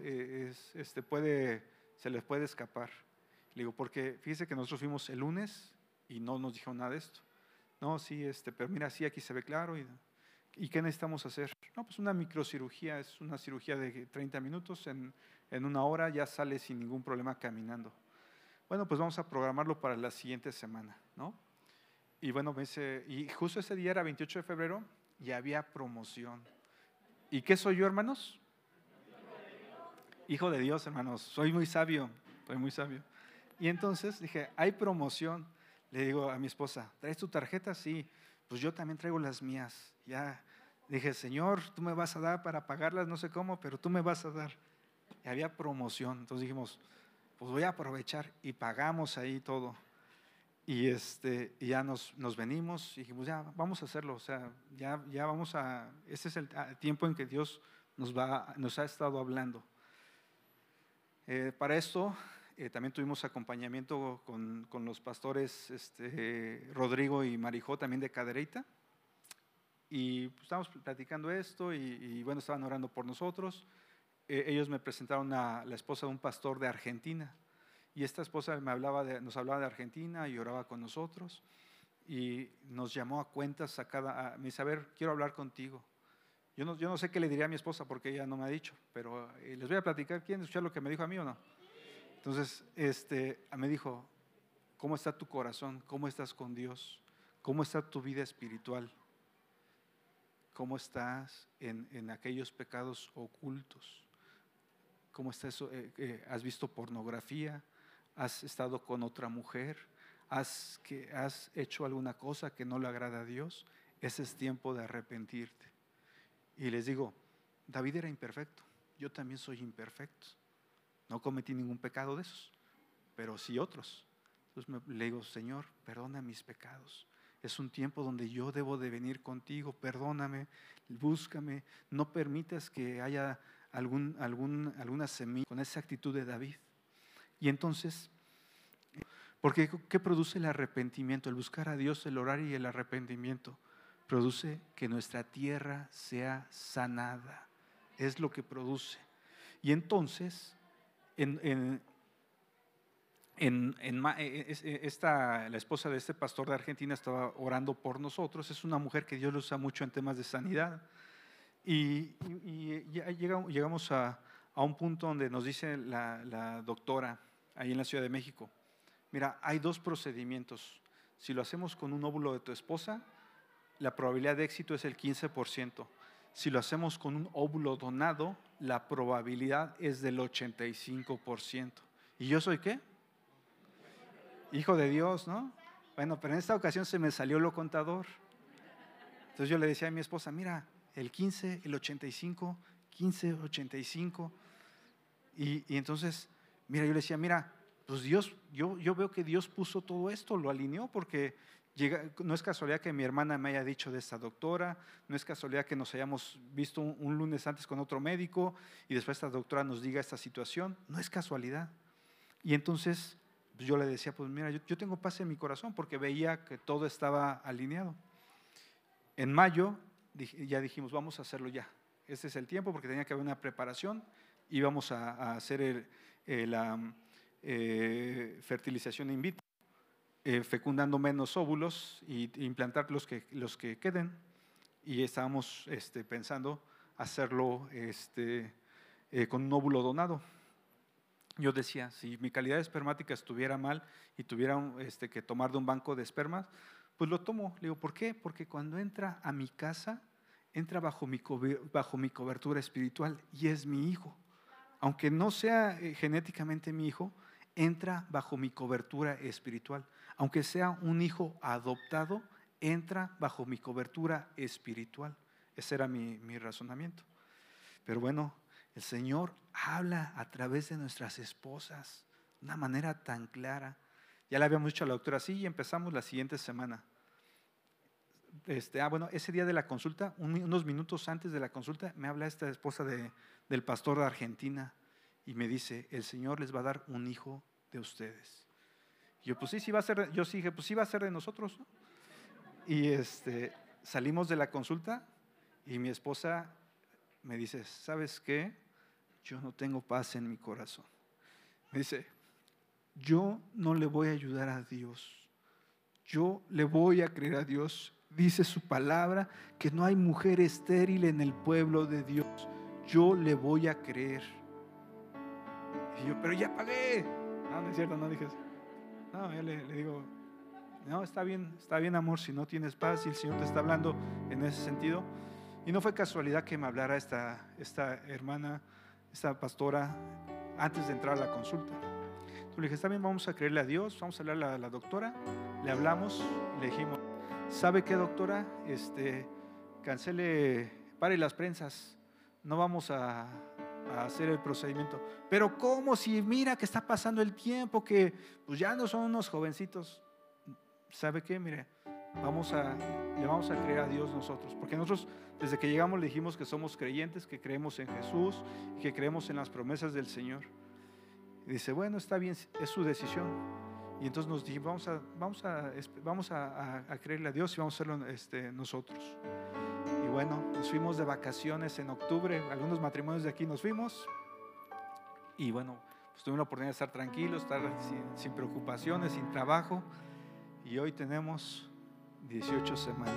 se les puede escapar. Le digo, porque fíjese que nosotros fuimos el lunes y no nos dijeron nada de esto. No, sí, pero mira, sí, aquí se ve claro. ¿Y qué necesitamos hacer? No, pues una microcirugía, es una cirugía de 30 minutos, en 1 hora ya sale sin ningún problema caminando. Bueno, pues vamos a programarlo para la siguiente semana, ¿no? Y bueno, y justo ese día era 28 de febrero y había promoción. ¿Y qué soy yo, hermanos? Hijo de Dios, hermanos, soy muy sabio. Y entonces dije, hay promoción. Le digo a mi esposa, ¿traes tu tarjeta? Sí. Pues yo también traigo las mías. Ya dije, Señor, tú me vas a dar para pagarlas, no sé cómo, pero tú me vas a dar. Y había promoción. Entonces dijimos, pues voy a aprovechar, y pagamos ahí todo. Y y ya nos venimos y dijimos, ya vamos a hacerlo. O sea, ya vamos a, ese es el tiempo en que Dios nos ha estado hablando. Para esto también tuvimos acompañamiento con los pastores Rodrigo y Marijó, también de Cadereyta. Y pues, estábamos platicando esto y bueno, estaban orando por nosotros. Ellos me presentaron a la esposa de un pastor de Argentina. Y esta esposa nos hablaba de Argentina y oraba con nosotros. Y nos llamó a cuentas me dice, a ver, quiero hablar contigo. Yo no sé qué le diría a mi esposa porque ella no me ha dicho, pero les voy a platicar. ¿Quieren escuchar lo que me dijo a mí o no? Entonces, me dijo, ¿cómo está tu corazón? ¿Cómo estás con Dios? ¿Cómo está tu vida espiritual? ¿Cómo estás en aquellos pecados ocultos? ¿Cómo está eso? ¿Has visto pornografía? ¿Has estado con otra mujer? ¿Has hecho alguna cosa que no le agrada a Dios? Ese es tiempo de arrepentirte. Y les digo, David era imperfecto, yo también soy imperfecto. No cometí ningún pecado de esos, pero sí otros. Entonces le digo, Señor, perdona mis pecados. Es un tiempo donde yo debo de venir contigo, perdóname, búscame, no permitas que haya alguna semilla con esa actitud de David. Y entonces, porque ¿qué produce el arrepentimiento? El buscar a Dios, el orar y el arrepentimiento produce que nuestra tierra sea sanada. Es lo que produce. Y entonces, la esposa de este pastor de Argentina estaba orando por nosotros. Es una mujer que Dios lo usa mucho en temas de sanidad. Y ya llegamos a un punto donde nos dice la doctora ahí en la Ciudad de México, mira, hay 2 procedimientos. Si lo hacemos con un óvulo de tu esposa, la probabilidad de éxito es el 15%. Si lo hacemos con un óvulo donado, la probabilidad es del 85%. ¿Y yo soy qué? Hijo de Dios, ¿no? Bueno, pero en esta ocasión se me salió lo contador. Entonces yo le decía a mi esposa, mira, el 15, el 85, 15, 85. Y entonces, mira, yo le decía, mira, pues Dios, yo veo que Dios puso todo esto, lo alineó, porque no es casualidad que mi hermana me haya dicho de esta doctora, no es casualidad que nos hayamos visto un lunes antes con otro médico y después esta doctora nos diga esta situación, no es casualidad. Y entonces pues yo le decía, pues mira, yo tengo paz en mi corazón porque veía que todo estaba alineado. En mayo ya dijimos, vamos a hacerlo ya. Este es el tiempo porque tenía que haber una preparación y vamos a hacer la fertilización in vitro, fecundando menos óvulos e implantar los que queden. Y estábamos pensando hacerlo con un óvulo donado. Yo decía, si mi calidad espermática estuviera mal y tuviera que tomar de un banco de espermas, pues lo tomo. Le digo, ¿por qué? Porque cuando entra a mi casa, entra bajo mi cobertura espiritual y es mi hijo. Aunque no sea genéticamente mi hijo, entra bajo mi cobertura espiritual. Aunque sea un hijo adoptado, entra bajo mi cobertura espiritual. Ese era mi razonamiento. Pero bueno, el Señor habla a través de nuestras esposas de una manera tan clara. Ya le habíamos dicho a la doctora, sí, y empezamos la siguiente semana. Bueno, ese día de la consulta, unos minutos antes de la consulta, me habla esta esposa del pastor de Argentina y me dice, el Señor les va a dar un hijo de ustedes. Y yo, pues sí va a ser, yo sí dije, pues sí va a ser de nosotros, ¿no? Y salimos de la consulta y mi esposa me dice, ¿sabes qué? Yo no tengo paz en mi corazón. Me dice, yo no le voy a ayudar a Dios, yo le voy a creer a Dios. Dice su palabra que no hay mujer estéril en el pueblo de Dios. Yo le voy a creer. Y yo, pero ya pagué. No es cierto, no dije eso. No, yo le digo, no, está bien amor, si no tienes paz y el Señor te está hablando en ese sentido. Y no fue casualidad que me hablara esta hermana, esta pastora, antes de entrar a la consulta. Le dije, está bien, vamos a creerle a Dios, vamos a hablarle a la doctora. Le hablamos, le dijimos, ¿sabe qué, doctora? Cancele, pare las prensas, no vamos a hacer el procedimiento. Pero ¿cómo? Si mira que está pasando el tiempo, que pues ya no son unos jovencitos. ¿Sabe qué? Mire, le vamos a creer a Dios nosotros, porque nosotros desde que llegamos le dijimos que somos creyentes, que creemos en Jesús y que creemos en las promesas del Señor. Y dice, bueno, está bien, es su decisión. Y entonces nos dijimos, vamos a creerle a Dios y vamos a hacerlo nosotros. Y bueno, nos fuimos de vacaciones en octubre, algunos matrimonios de aquí nos fuimos. Y bueno, pues tuvimos la oportunidad de estar tranquilos, estar sin preocupaciones, sin trabajo. Y hoy tenemos 18 semanas.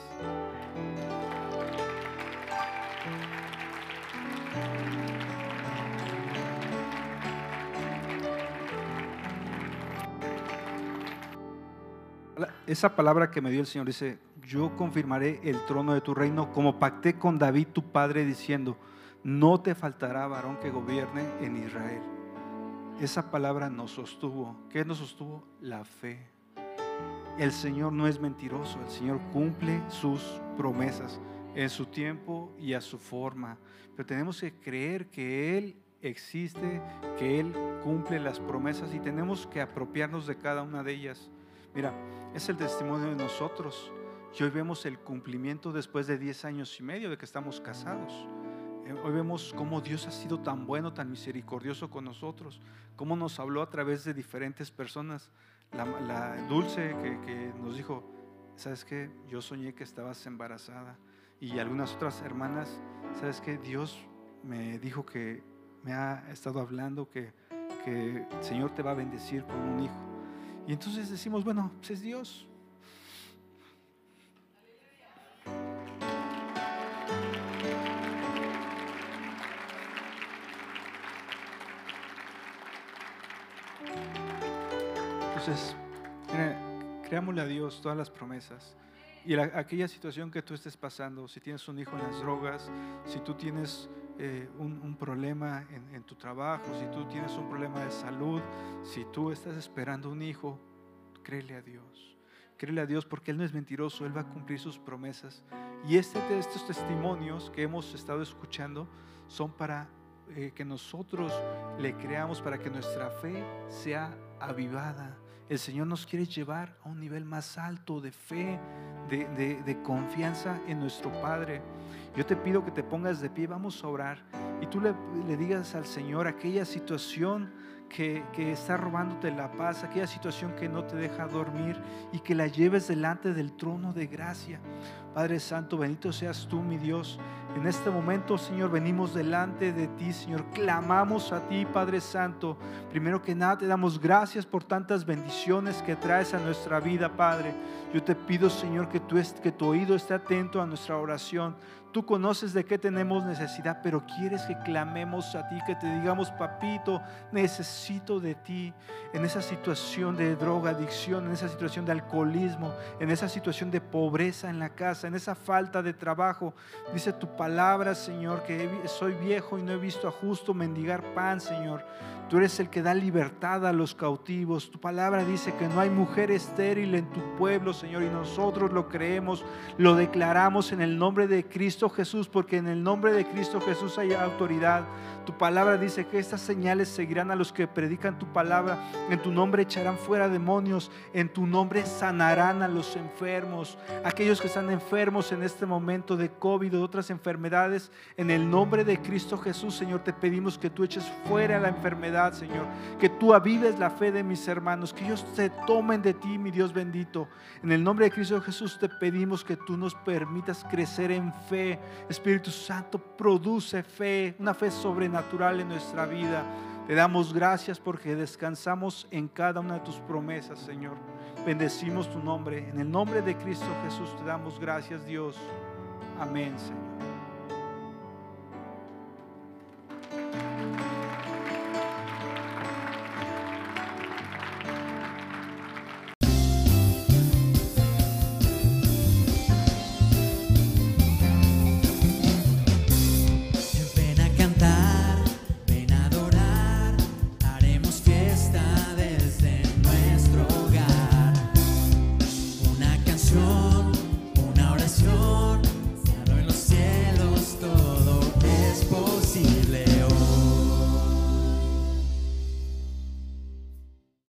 Esa palabra que me dio el Señor dice, yo confirmaré el trono de tu reino como pacté con David tu padre diciendo, no te faltará varón que gobierne en Israel. Esa palabra nos sostuvo. ¿Qué nos sostuvo? La fe. El Señor no es mentiroso, el Señor cumple sus promesas en su tiempo y a su forma, pero tenemos que creer que Él existe, que Él cumple las promesas y tenemos que apropiarnos de cada una de ellas. Mira, es el testimonio de nosotros y hoy vemos el cumplimiento después de 10 años y medio de que estamos casados. Hoy vemos cómo Dios ha sido tan bueno, tan misericordioso con nosotros, cómo nos habló a través de diferentes personas. La Dulce que nos dijo, ¿sabes qué? Yo soñé que estabas embarazada. Y algunas otras hermanas, ¿sabes qué? Dios me dijo que me ha estado hablando que el Señor te va a bendecir con un hijo. Y entonces decimos, bueno, pues es Dios. Entonces, creámosle a Dios todas las promesas. Y aquella situación que tú estés pasando, si tienes un hijo en las drogas, si tú tienes un problema en tu trabajo, si tú tienes un problema de salud, si tú estás esperando un hijo, créele a Dios. Créele a Dios porque Él no es mentiroso, Él va a cumplir sus promesas. Y estos testimonios que hemos estado escuchando son para que nosotros le creamos, para que nuestra fe sea avivada. El Señor nos quiere llevar a un nivel más alto de fe, de confianza en nuestro Padre. Yo te pido que te pongas de pie, vamos a orar y tú le digas al Señor aquella situación que está robándote la paz, aquella situación que no te deja dormir, y que la lleves delante del trono de gracia. Padre Santo, bendito seas tú, mi Dios. En este momento, Señor, venimos delante de ti, Señor, clamamos a ti, Padre Santo. Primero que nada, te damos gracias por tantas bendiciones que traes a nuestra vida, Padre. Yo te pido, Señor, que tu oído esté atento a nuestra oración. Tú conoces de qué tenemos necesidad, pero quieres que clamemos a ti, que te digamos, papito, necesito de ti. En esa situación de drogadicción, en esa situación de alcoholismo, en esa situación de pobreza en la casa, en esa falta de trabajo. Dice tu palabra, Señor, que soy viejo y no he visto a justo mendigar pan, Señor. Tú eres el que da libertad a los cautivos. Tu palabra dice que no hay mujer estéril en tu pueblo, Señor, y nosotros lo creemos, lo declaramos en el nombre de Cristo Jesús, porque en el nombre de Cristo Jesús hay autoridad. Tu palabra dice que estas señales seguirán a los que predican tu palabra. En tu nombre echarán fuera demonios, en tu nombre sanarán a los enfermos, aquellos que están enfermos en este momento de COVID o de otras enfermedades. En el nombre de Cristo Jesús, Señor, te pedimos que tú eches fuera la enfermedad, Señor, que tú avives la fe de mis hermanos, que ellos se tomen de ti, mi Dios bendito. En el nombre de Cristo Jesús te pedimos que tú nos permitas crecer en fe. Espíritu Santo, produce fe, una fe sobrenatural en nuestra vida. Te damos gracias porque descansamos en cada una de tus promesas, Señor. Bendecimos tu nombre. En el nombre de Cristo Jesús te damos gracias, Dios. Amén, Señor.